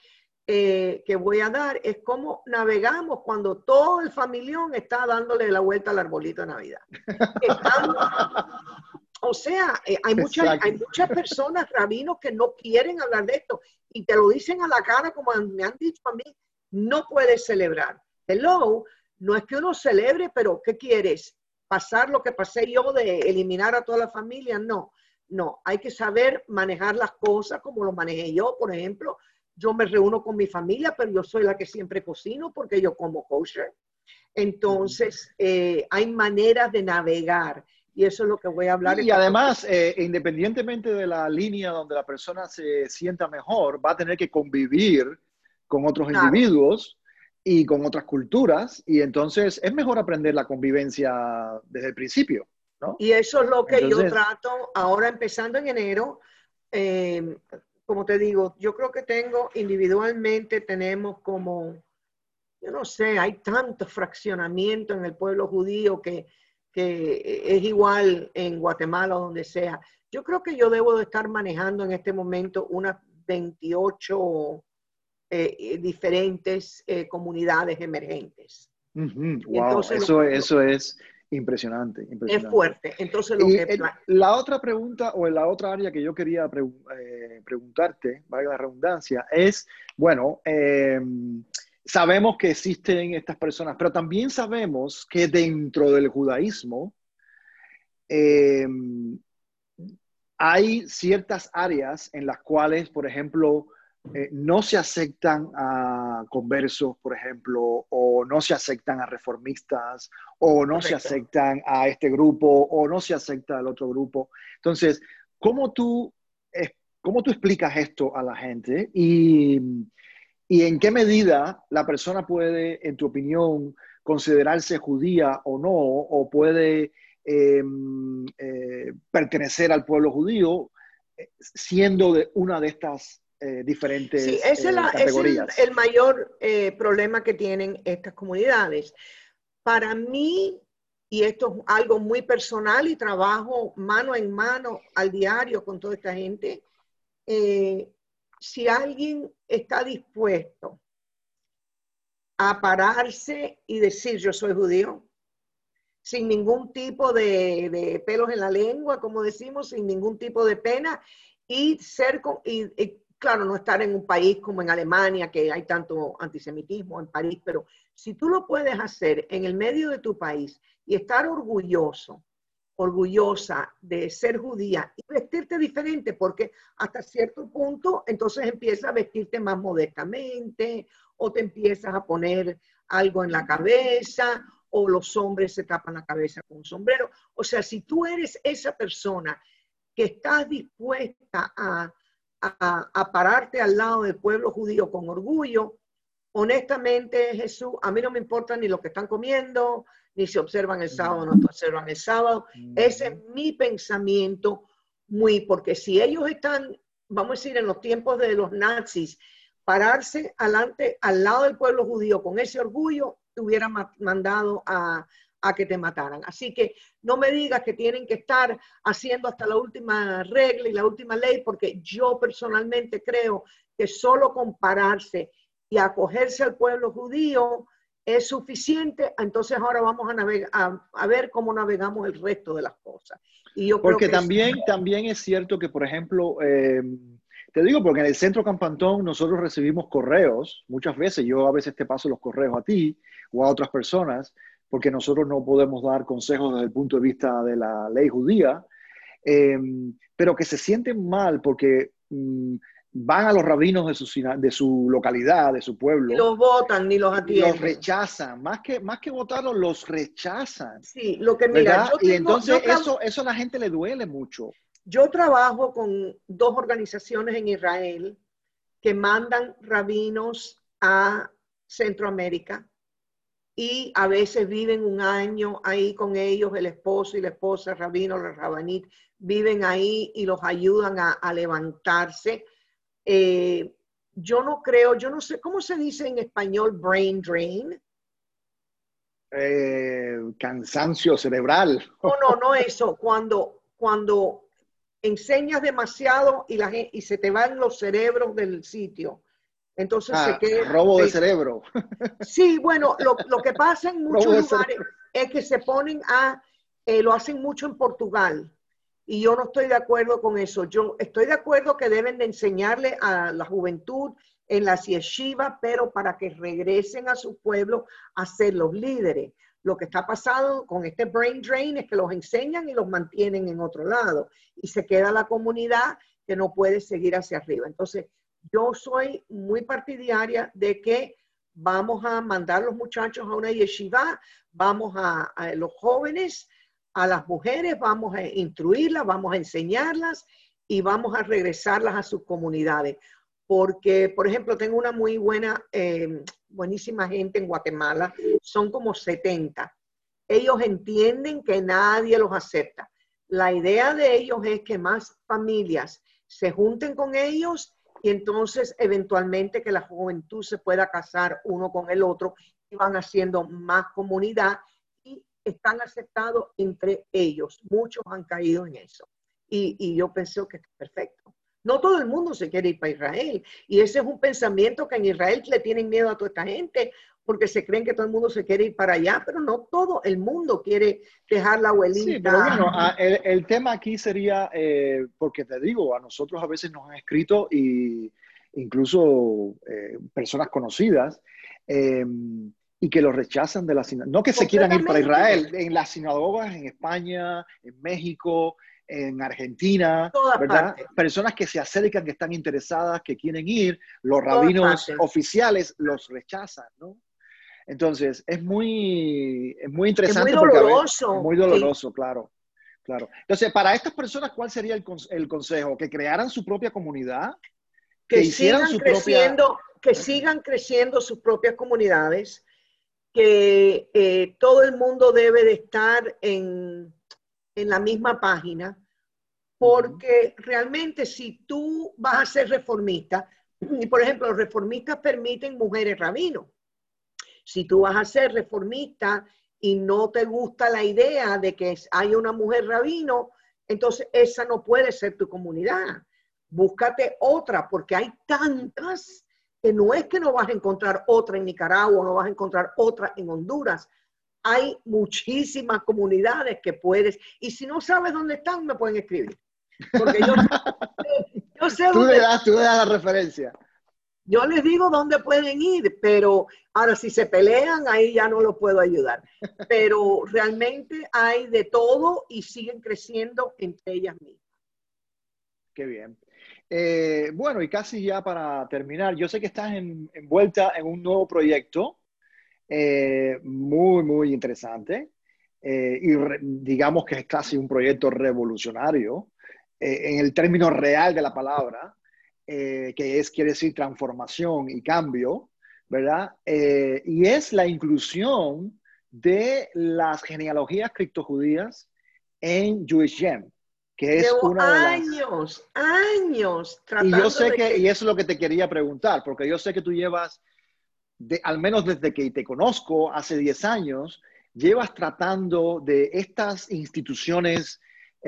que voy a dar es cómo navegamos cuando todo el familión está dándole la vuelta al arbolito de Navidad. Están, o sea, hay muchas personas, rabinos, que no quieren hablar de esto y te lo dicen a la cara como me han dicho a mí, no puedes celebrar. Hello, no es que uno celebre, pero ¿qué quieres? ¿Pasar lo que pasé yo de eliminar a toda la familia? No, no, hay que saber manejar las cosas como lo manejé yo, por ejemplo. Yo me reúno con mi familia, pero yo soy la que siempre cocino porque yo como kosher. Entonces, hay maneras de navegar y eso es lo que voy a hablar. Y además, independientemente de la línea donde la persona se sienta mejor, va a tener que convivir con otros individuos y con otras culturas, y entonces es mejor aprender la convivencia desde el principio, ¿no? Y eso es lo que yo trato ahora empezando en enero. Como te digo, yo creo que individualmente tenemos como, yo no sé, hay tanto fraccionamiento en el pueblo judío que es igual en Guatemala o donde sea. Yo creo que yo debo de estar manejando en este momento unas 28 diferentes comunidades emergentes. Wow, entonces, eso es impresionante, impresionante. Es fuerte. Entonces, la otra pregunta o la otra área que yo quería preguntarte, valga la redundancia, es, bueno, sabemos que existen estas personas, pero también sabemos que dentro del judaísmo hay ciertas áreas en las cuales, por ejemplo, no se aceptan a conversos, por ejemplo, o no se aceptan a reformistas, o no se aceptan a este grupo, o no se acepta al otro grupo. Entonces, ¿cómo tú explicas esto a la gente? Y en qué medida la persona puede, en tu opinión, considerarse judía o no, o puede pertenecer al pueblo judío siendo de una de estas diferentes categorías. Ese es el mayor problema que tienen estas comunidades. Para mí, y esto es algo muy personal y trabajo mano en mano al diario con toda esta gente, si alguien está dispuesto a pararse y decir yo soy judío, sin ningún tipo de pelos en la lengua, como decimos, sin ningún tipo de pena, y claro, no estar en un país como en Alemania, que hay tanto antisemitismo en París, pero si tú lo puedes hacer en el medio de tu país y estar orgullosa de ser judía y vestirte diferente, porque hasta cierto punto entonces empiezas a vestirte más modestamente o te empiezas a poner algo en la cabeza o los hombres se tapan la cabeza con un sombrero. O sea, si tú eres esa persona que estás dispuesta a pararte al lado del pueblo judío con orgullo, honestamente, Jesús, a mí no me importa ni lo que están comiendo, ni si observan el sábado o no observan el sábado. Ese es mi pensamiento, porque si ellos están, vamos a decir, en los tiempos de los nazis, pararse al lado del pueblo judío con ese orgullo, te hubieran mandado a que te mataran. Así que no me digas que tienen que estar haciendo hasta la última regla y la última ley, porque yo personalmente creo que solo compararse y acogerse al pueblo judío es suficiente. Entonces ahora vamos a ver cómo navegamos el resto de las cosas. Y yo porque creo que también es cierto que, por ejemplo, te digo, porque en el Centro Campantón nosotros recibimos correos, muchas veces, yo a veces te paso los correos a ti o a otras personas, porque nosotros no podemos dar consejos desde el punto de vista de la ley judía, pero que se sienten mal porque van a los rabinos de su localidad, de su pueblo. Ni los votan, ni los atienden. Los rechazan. Más que votarlos, los rechazan. Sí, lo que mira, y entonces eso a la gente le duele mucho. Yo trabajo con 2 organizaciones en Israel que mandan rabinos a Centroamérica y a veces viven un año ahí con ellos, el esposo y la esposa, el rabino, la rabanit, viven ahí y los ayudan a levantarse. Yo no sé, ¿cómo se dice en español brain drain? Cansancio cerebral. No eso. Cuando enseñas demasiado y se te van los cerebros del sitio. Entonces se queda... robo de cerebro. Sí, bueno, lo que pasa en muchos Robo de lugares cerebro. es que se ponen lo hacen mucho en Portugal y yo no estoy de acuerdo con eso. Yo estoy de acuerdo que deben de enseñarle a la juventud en las yeshivas, pero para que regresen a su pueblo a ser los líderes. Lo que está pasando con este brain drain es que los enseñan y los mantienen en otro lado y se queda la comunidad que no puede seguir hacia arriba. Entonces, yo soy muy partidaria de que vamos a mandar a los muchachos a una yeshiva, vamos a los jóvenes, a las mujeres, vamos a instruirlas, vamos a enseñarlas y vamos a regresarlas a sus comunidades. Porque, por ejemplo, tengo una muy buenísima gente en Guatemala, son como 70. Ellos entienden que nadie los acepta. La idea de ellos es que más familias se junten con ellos y entonces eventualmente que la juventud se pueda casar uno con el otro y van haciendo más comunidad y están aceptados entre ellos. Muchos han caído en eso. Y yo pienso que es perfecto. No todo el mundo se quiere ir para Israel. Y ese es un pensamiento que en Israel le tienen miedo a toda esta gente porque se creen que todo el mundo se quiere ir para allá, pero no todo el mundo quiere dejar la Sí, pero abuelita. bueno, el tema aquí sería, porque te digo, a nosotros a veces nos han escrito y incluso personas conocidas y que lo rechazan de la sinagoga. No que se quieran ir para Completamente. Israel, en las sinagogas en España, en México, en Argentina, Todas ¿verdad? partes. Personas que se acercan, que están interesadas, que quieren ir, los Todas rabinos partes. oficiales los rechazan, ¿no? Entonces, es muy Es muy interesante porque a veces es doloroso. muy Sí. doloroso, claro, claro. Entonces, para estas personas, ¿cuál sería el consejo? Que crearan su propia comunidad, que hicieran su propia... Que sigan creciendo sus propias comunidades, que todo el mundo debe de estar en la misma página, Ujú, porque realmente si tú vas a ser reformista, y por ejemplo, los reformistas permiten mujeres rabinos. Si tú vas a ser reformista y no te gusta la idea de que haya una mujer rabino, entonces esa no puede ser tu comunidad. Búscate otra, porque hay tantas que no es que no vas a encontrar otra en Nicaragua, no vas a encontrar otra en Honduras. Hay muchísimas comunidades que puedes, y si no sabes dónde están, me pueden escribir, porque yo sé dónde están. tú le das la referencia. Yo les digo dónde pueden ir, pero ahora si se pelean, ahí ya no los puedo ayudar. Pero realmente hay de todo y siguen creciendo entre ellas mismas. Qué bien. Bueno, y casi ya para terminar, yo sé que estás envuelta en un nuevo proyecto muy, muy interesante digamos que es casi un proyecto revolucionario en el término real de la palabra, quiere decir transformación y cambio, ¿verdad? Y es la inclusión de las genealogías criptojudías en Jewish Gem, que es Llevo una de las... años Y yo tratando sé de que, que... y eso es lo que te quería preguntar, porque yo sé que tú llevas al menos desde que te conozco hace 10 años, llevas tratando de estas instituciones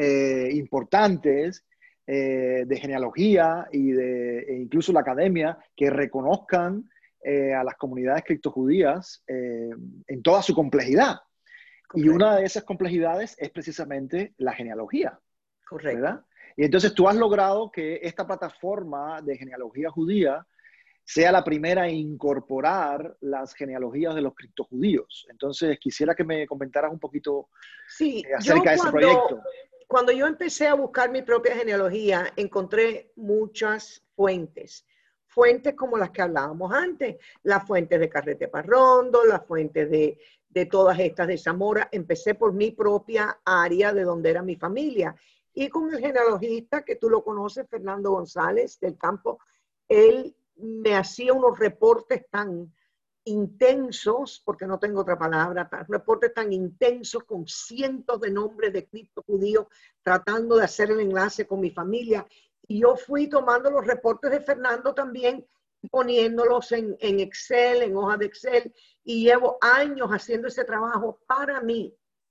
importantes de genealogía e incluso la academia que reconozcan a las comunidades criptojudías en toda su complejidad. Y una Correcto, de esas complejidades es precisamente la genealogía, correcto. ¿verdad? Y entonces tú has logrado que esta plataforma de genealogía judía sea la primera en incorporar las genealogías de los criptojudíos. Entonces, quisiera que me comentaras un poquito Sí, acerca de ese proyecto. cuando yo empecé a buscar mi propia genealogía, encontré muchas fuentes. Fuentes como las que hablábamos antes, las fuentes de Carrete Parrondo, las fuentes de todas estas de Zamora. Empecé por mi propia área de donde era mi familia. Y con el genealogista, que tú lo conoces, Fernando González del Campo, él me hacía unos reportes tan intensos, porque no tengo otra palabra, reportes tan intensos con cientos de nombres de cripto judíos, tratando de hacer el enlace con mi familia. Y yo fui tomando los reportes de Fernando también, poniéndolos en Excel, en hoja de Excel, y llevo años haciendo ese trabajo para mí.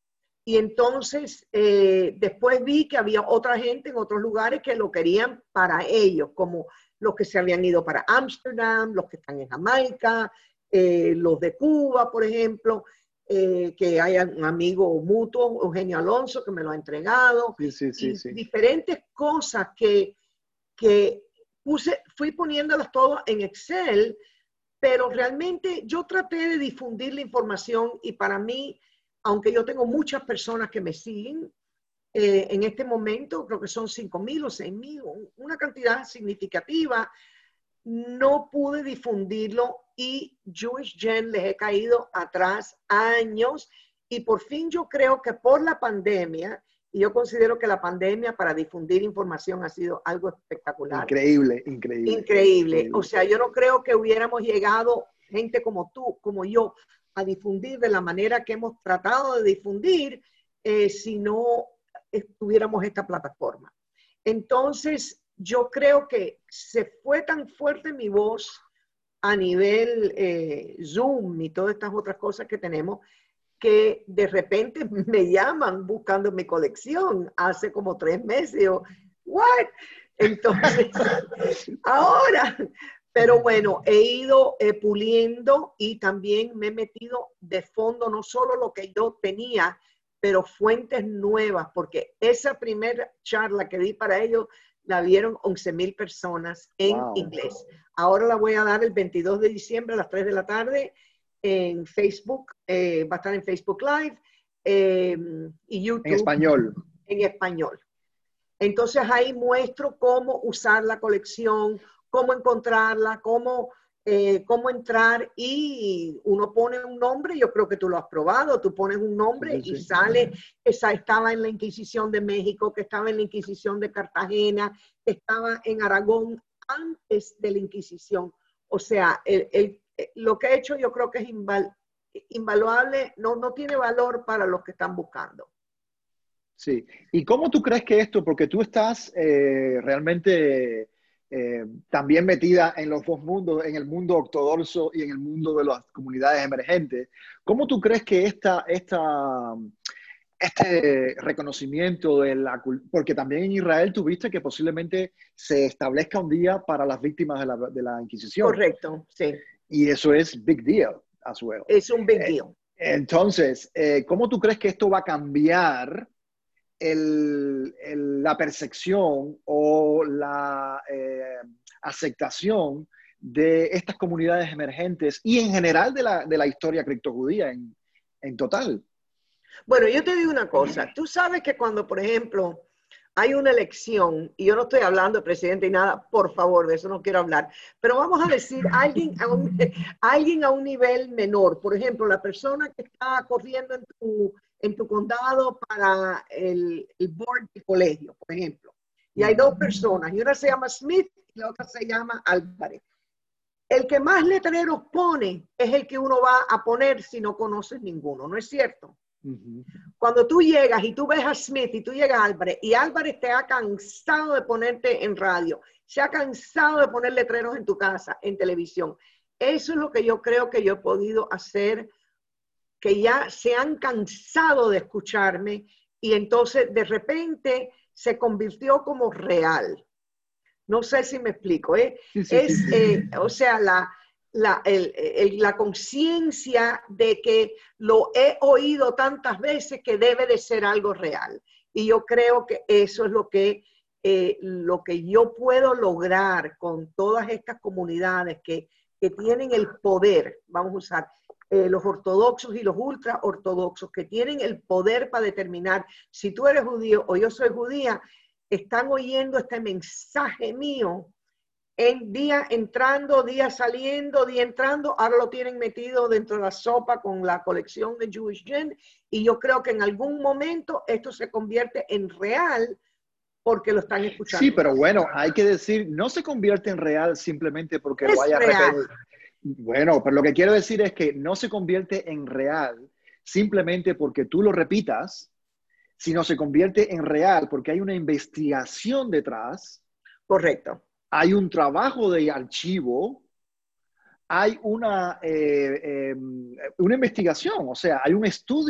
Y entonces después vi que había otra gente en otros lugares que lo querían para ellos, como los que se habían ido para Ámsterdam, los que están en Jamaica, los de Cuba, por ejemplo, que hay un amigo mutuo, Eugenio Alonso, que me lo ha entregado, Sí, sí, sí, y sí. diferentes cosas que fui poniéndolas todas en Excel, pero realmente yo traté de difundir la información y para mí, aunque yo tengo muchas personas que me siguen, en este momento creo que son 5,000 o 6,000, una cantidad significativa, no pude difundirlo y Jewish Gen les he caído atrás años y por fin yo creo que por la pandemia, y yo considero que la pandemia para difundir información ha sido algo espectacular. Increíble, increíble. Increíble. O Increíble. sea, yo no creo que hubiéramos llegado, gente como tú, como yo, a difundir de la manera que hemos tratado de difundir si no tuviéramos esta plataforma. Entonces, yo creo que se fue tan fuerte mi voz a nivel Zoom y todas estas otras cosas que tenemos, que de repente me llaman buscando mi colección hace como 3 meses. Yo, ¿what? Entonces, ahora, pero bueno, he ido puliendo y también me he metido de fondo no solo lo que yo tenía, pero fuentes nuevas, porque esa primera charla que di para ellos la vieron 11,000 personas en inglés. Ahora la voy a dar el 22 de diciembre a las 3 de la tarde en Facebook, va a estar en Facebook Live y YouTube. En español. En español. Entonces ahí muestro cómo usar la colección, cómo encontrarla, cómo entrar y uno pone un nombre, yo creo que tú lo has probado, tú pones un nombre y sale, esa estaba en la Inquisición de México, que estaba en la Inquisición de Cartagena, que estaba en Aragón antes de la Inquisición. O sea, lo que he hecho yo creo que es invaluable, no tiene valor para los que están buscando. Sí. ¿Y cómo tú crees que esto, porque tú estás realmente también metida en los dos mundos, en el mundo ortodoxo y en el mundo de las comunidades emergentes, ¿cómo tú crees que este reconocimiento de la cultura, porque también en Israel tuviste que posiblemente se establezca un día para las víctimas de la Inquisición? Correcto, sí. Y eso es big deal as well. Es un big deal. Entonces, ¿cómo tú crees que esto va a cambiar la percepción o la aceptación de estas comunidades emergentes y en general de la historia criptojudía en total? Bueno, yo te digo una cosa. Tú sabes que cuando, por ejemplo, hay una elección, y yo no estoy hablando de presidente y nada, por favor, de eso no quiero hablar, pero vamos a decir, alguien a un nivel menor, por ejemplo, la persona que está corriendo en tu condado para el board del colegio, por ejemplo, y hay dos personas, y una se llama Smith y la otra se llama Álvarez. El que más letreros pone es el que uno va a poner si no conoces ninguno, ¿no es cierto? Cuando tú llegas y tú ves a Smith y tú llegas a Álvarez y Álvarez te ha cansado de ponerte en radio, se ha cansado de poner letreros en tu casa, en televisión. Eso es lo que yo creo que yo he podido hacer, que ya se han cansado de escucharme y entonces de repente se convirtió como real. No sé si me explico, ¿eh? Sí. O sea, la conciencia de que lo he oído tantas veces que debe de ser algo real. Y yo creo que eso es lo que yo puedo lograr con todas estas comunidades que tienen el poder, vamos a usar los ortodoxos y los ultra ortodoxos, que tienen el poder para determinar si tú eres judío o yo soy judía, están oyendo este mensaje mío en día entrando, día saliendo, día entrando, ahora lo tienen metido dentro de la sopa con la colección de Jewish Gen y yo creo que en algún momento esto se convierte en real porque lo están escuchando. Sí, pero bueno, hay que decir, no se convierte en real simplemente porque lo haya repetido. Bueno, pero lo que quiero decir es que no se convierte en real simplemente porque tú lo repitas, sino se convierte en real porque hay una investigación detrás. Correcto. Hay un trabajo de archivo, hay una investigación, o sea, hay un estudio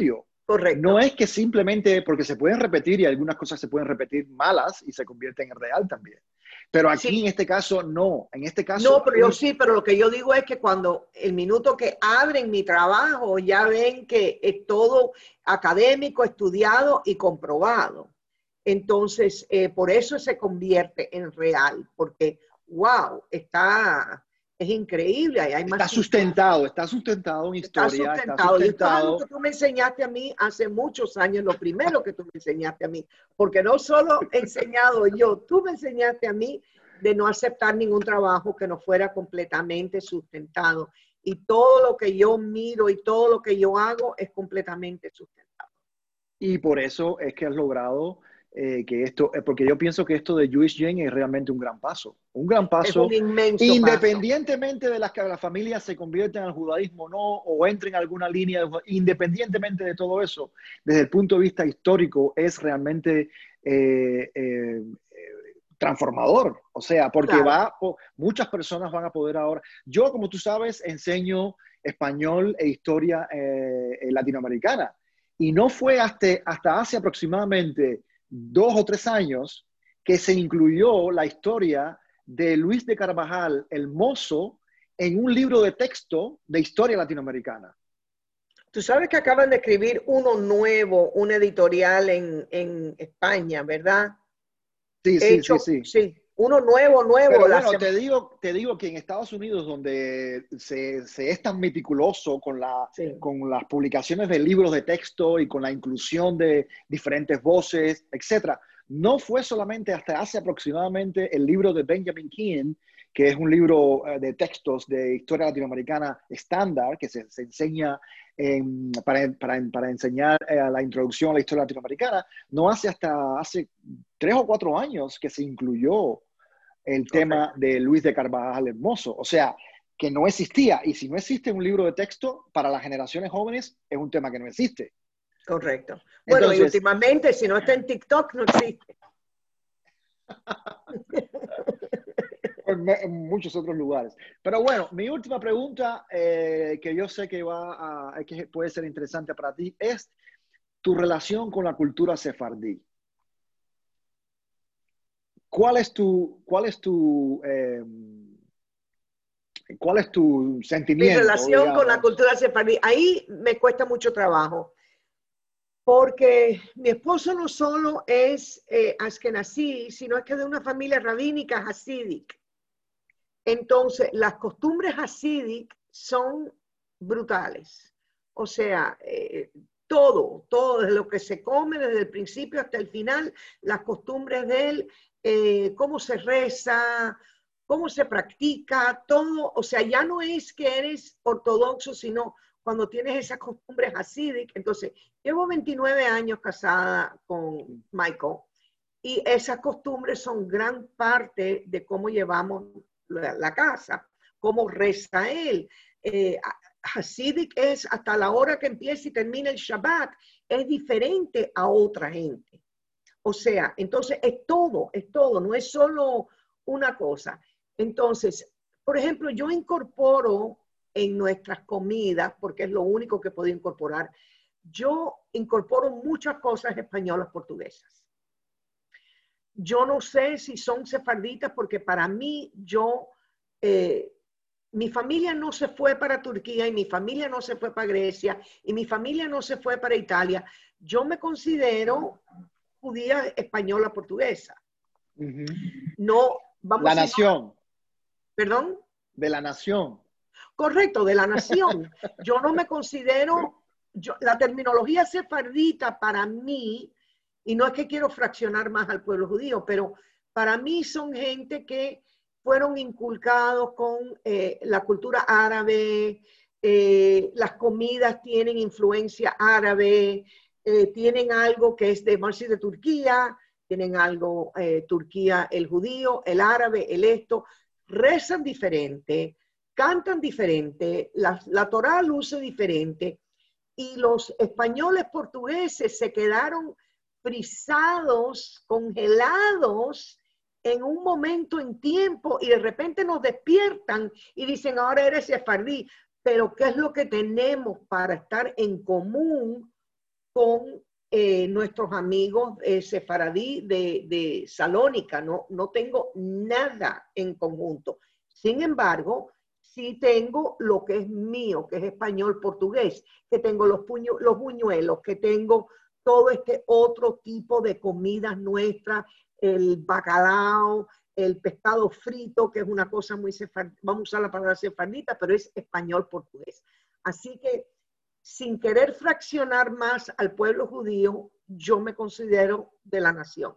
No Correcto. es que simplemente porque se pueden repetir y algunas cosas se pueden repetir malas y se convierten en real también. Pero aquí en Sí, este caso no. En este no, caso, pero yo sí, pero lo que yo digo es que cuando el minuto que abren mi trabajo ya ven que es todo académico, estudiado y comprobado. Entonces, por eso se convierte en real, porque, wow, es increíble, hay más está sustentado en está historia, está sustentado. Y esto es algo que sustentado. tú me enseñaste a mí hace muchos años, lo primero que tú me enseñaste a mí, porque no solo he enseñado yo, tú me enseñaste a mí de no aceptar ningún trabajo que no fuera completamente sustentado. Y todo lo que yo miro y todo lo que yo hago es completamente sustentado. Y por eso es que has logrado que esto, porque yo pienso que esto de Jewish Gen es realmente un gran Es un paso, inmenso paso. independientemente de las que la familia se convierta en el judaísmo o no, o entre en alguna línea, independientemente de todo eso, desde el punto de vista histórico, es realmente transformador. O sea, porque Claro. muchas personas van a poder ahora. Yo, como tú sabes, enseño español e historia latinoamericana. Y no fue hasta hace aproximadamente 2 o 3 años que se incluyó la historia de Luis de Carvajal, el Mozo, en un libro de texto de historia latinoamericana. Tú sabes que acaban de escribir uno nuevo, un editorial en España, ¿verdad? Sí, sí, sí, Hecho, sí. sí, uno nuevo, nuevo. Pero bueno, te digo que en Estados Unidos, donde se es tan meticuloso Sí, con las publicaciones de libros de texto y con la inclusión de diferentes voces, etcétera, no fue solamente hasta hace aproximadamente el libro de Benjamin Keane, que es un libro de textos de historia latinoamericana estándar, que se enseña para enseñar la introducción a la historia latinoamericana, no hasta hace 3 o 4 años que se incluyó el tema correcto, de Luis de Carvajal Hermoso. O sea, que no existía. Y si no existe un libro de texto para las generaciones jóvenes, es un tema que no existe. correcto. Bueno, y Entonces, últimamente, si no está en TikTok, no existe. en muchos otros lugares. Pero bueno, mi última pregunta, que yo sé que puede ser interesante para ti, es tu relación con la cultura sefardí. ¿Cuál es tu Mi sentimiento, relación con la digamos? cultura sefardí, ahí me cuesta mucho trabajo, porque mi esposo no solo es askenazí, sino es que es de una familia rabínica hasídica. Entonces, las costumbres hasídicas son brutales. O sea, todo, desde lo que se come, desde el principio hasta el final, las costumbres de él, cómo se reza, cómo se practica, todo. O sea, ya no es que eres ortodoxo, sino cuando tienes esas costumbres hasídicas. Entonces, llevo 29 años casada con Michael y esas costumbres son gran parte de cómo llevamos la casa, cómo reza él. Hasidic es hasta la hora que empieza y termina el Shabbat, es diferente a otra gente. O sea, entonces es todo, no es solo una cosa. Entonces, por ejemplo, yo incorporo en nuestras comidas, porque es lo único que puedo incorporar, yo incorporo muchas cosas españolas portuguesas. Yo no sé si son sefarditas porque para mí, eh, mi familia no se fue para Turquía y mi familia no se fue para Grecia y mi familia no se fue para Italia. Yo me considero judía española portuguesa. Uh -huh. No, La vamos a decir, nación, perdón, de la nación. correcto, de la nación. Yo no me considero, la terminología sefardita para mí, y no es que quiero fraccionar más al pueblo judío, pero para mí son gente que fueron inculcados con la cultura árabe, las comidas tienen influencia árabe, tienen algo que es de Turquía, tienen algo Turquía, el judío, el árabe, el esto, rezan diferente, cantan diferente, la Torá luce diferente y los españoles portugueses se quedaron frisados, congelados en un momento en tiempo y de repente nos despiertan y dicen, ahora eres sefardí, pero ¿qué es lo que tenemos para estar en común con nuestros amigos sefaradí de Salónica. No tengo nada en conjunto. Sin embargo, sí tengo lo que es mío, que es español-portugués, que tengo los buñuelos, que tengo todo este otro tipo de comidas nuestras, el bacalao, el pescado frito, que es una cosa muy sefardita, vamos a usar la palabra sefardita, pero es español-portugués. Así que, sin querer fraccionar más al pueblo judío, yo me considero de la nación.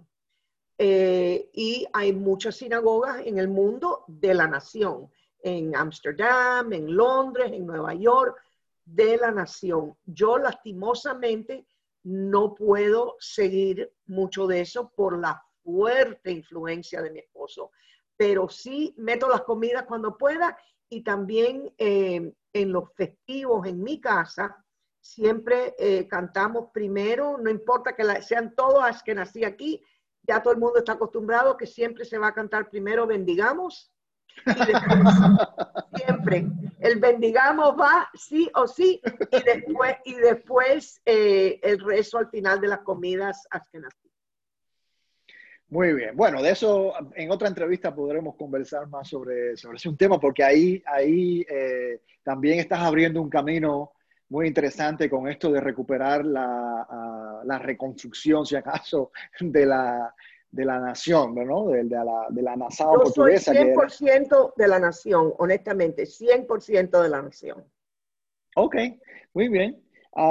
Y hay muchas sinagogas en el mundo de la nación, en Ámsterdam, en Londres, en Nueva York, de la nación. Yo lastimosamente no puedo seguir mucho de eso por la fuerte influencia de mi esposo, pero sí meto las comidas cuando pueda y también en los festivos en mi casa siempre cantamos primero, no importa que sean todas que nací aquí, ya todo el mundo está acostumbrado que siempre se va a cantar primero bendigamos y después siempre el bendigamos va sí o sí y después el rezo al final de las comidas askenazí. Muy bien. Bueno, de eso en otra entrevista podremos conversar más sobre ese un tema, porque ahí también estás abriendo un camino muy interesante con esto de recuperar la reconstrucción, si acaso, de la nación, ¿no? De la nación Yo soy portuguesa. 100% de la nación, honestamente, 100% de la nación. Ok, muy bien.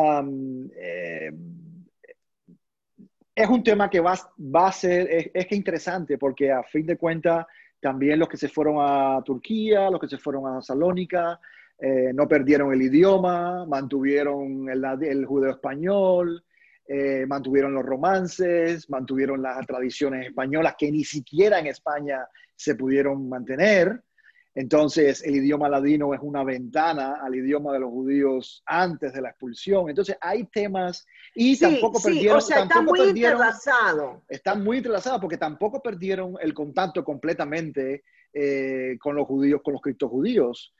Es un tema que va a ser, es que interesante, porque a fin de cuentas, también los que se fueron a Turquía, los que se fueron a Salónica, no perdieron el idioma, mantuvieron el judeo español, mantuvieron los romances, mantuvieron las tradiciones españolas que ni siquiera en España se pudieron mantener. Entonces, el idioma ladino es una ventana al idioma de los judíos antes de la expulsión. Entonces, hay temas y Sí, tampoco sí, perdieron, o sea, está muy entrelazado. están muy entrelazados porque tampoco perdieron el contacto completamente con los judíos, con los criptojudíos.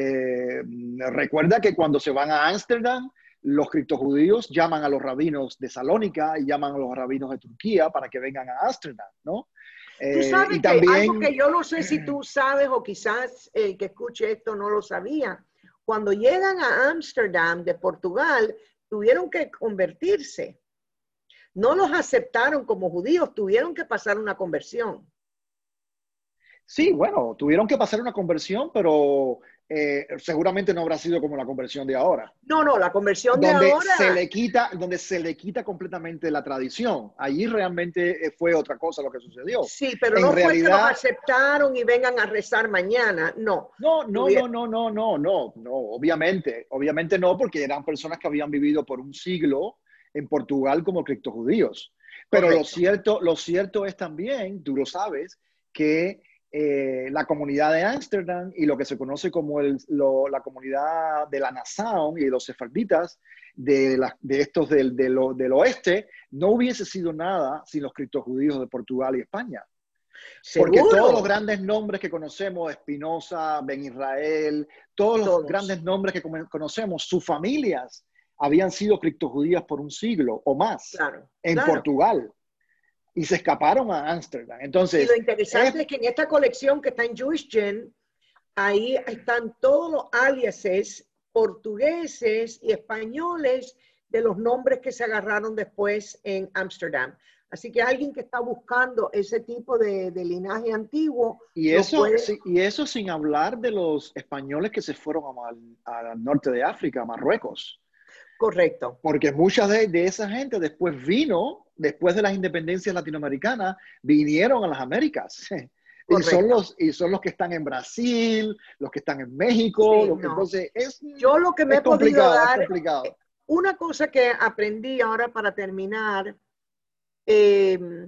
Recuerda que cuando se van a Ámsterdam, los criptojudíos llaman a los rabinos de Salónica y llaman a los rabinos de Turquía para que vengan a Ámsterdam, ¿no? Tú sabes Y que algo también... que yo no sé si tú sabes o quizás el que escuche esto no lo sabía. Cuando llegan a Ámsterdam de Portugal, tuvieron que convertirse. No los aceptaron como judíos, tuvieron que pasar una conversión. Sí, bueno, tuvieron que pasar una conversión, pero seguramente no habrá sido como la conversión de ahora, No, la conversión de ahora. donde se le quita completamente la tradición. Allí realmente fue otra cosa lo que sucedió. Sí, pero En no fue que los realidad, aceptaron y vengan a rezar mañana, no. no, obviamente no, porque eran personas que habían vivido por un siglo en Portugal como criptojudíos. Pero Correcto. lo cierto es también, tú lo sabes, que la comunidad de Ámsterdam y lo que se conoce como la comunidad de la Nassau y los sefarditas de estos del oeste, no hubiese sido nada sin los criptojudíos de Portugal y España. Porque todos los Seguro. grandes nombres que conocemos, Espinosa, Ben Israel, todos los Todos. grandes nombres que conocemos, sus familias habían sido criptojudías por un siglo o más Claro, en claro. Portugal y se escaparon a Ámsterdam. Y lo Entonces, interesante es que en esta colección que está en Jewish Gen, ahí están todos los aliases portugueses y españoles de los nombres que se agarraron después en Ámsterdam. Así que alguien que está buscando ese tipo de linaje antiguo lo puede. sí, y eso sin hablar de los españoles que se fueron al norte de África, a Marruecos. Correcto. Porque mucha de esa gente después después de las independencias latinoamericanas, vinieron a las Américas. Correcto. Y son los que están en Brasil, los que están en México. Sí, no. Entonces, Yo lo que me es he podido complicado, es dar, complicado. una cosa que aprendí ahora para terminar, eh,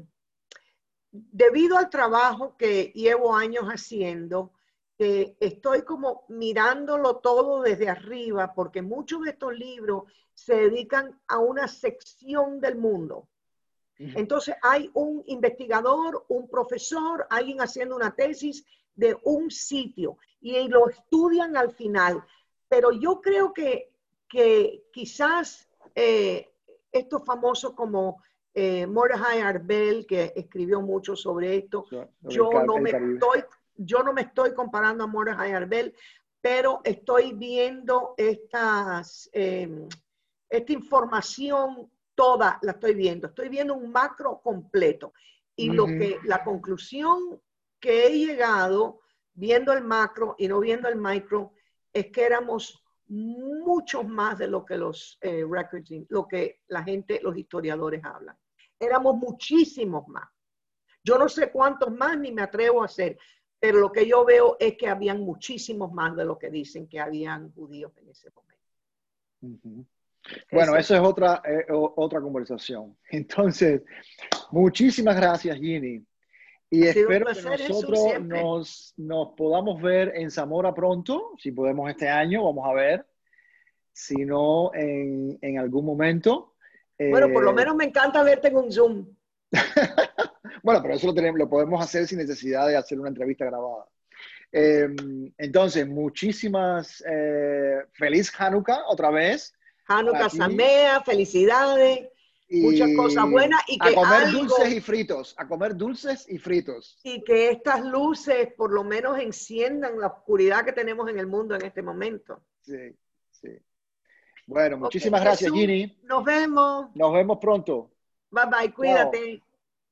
debido al trabajo que llevo años haciendo, estoy como mirándolo todo desde arriba, porque muchos de estos libros se dedican a una sección del mundo. Entonces hay un investigador, un profesor, alguien haciendo una tesis de un sitio y lo estudian al final. Pero yo creo que quizás estos famosos como Mordechai Arbel, que escribió mucho sobre esto. Yo no me estoy comparando a Mordechai Arbel, pero estoy viendo esta información toda, la estoy viendo. Estoy viendo un macro completo. Y la conclusión que he llegado viendo el macro y no viendo el micro es que éramos muchos más de lo que los records, lo que la gente, los historiadores hablan. Éramos muchísimos más. Yo no sé cuántos más ni me atrevo a hacer, pero lo que yo veo es que habían muchísimos más de lo que dicen que habían judíos en ese momento. Bueno, eso es otra conversación. Entonces, muchísimas gracias, Ginny. Y espero que nosotros nos podamos ver en Zamora pronto. Si podemos este año, vamos a ver. Si no, en algún momento. Bueno, por lo menos me encanta verte en un Zoom. Bueno, pero eso lo podemos hacer sin necesidad de hacer una entrevista grabada. Entonces, muchísimas, feliz Hanukkah otra vez. Hanukkah Samea, felicidades, muchas cosas buenas. Y que a comer dulces y fritos, a comer dulces y fritos. Y que estas luces por lo menos enciendan la oscuridad que tenemos en el mundo en este momento. Sí, sí. Bueno, muchísimas gracias, Jesús, Ginny. Nos vemos. Nos vemos pronto. Bye bye, cuídate. Chao.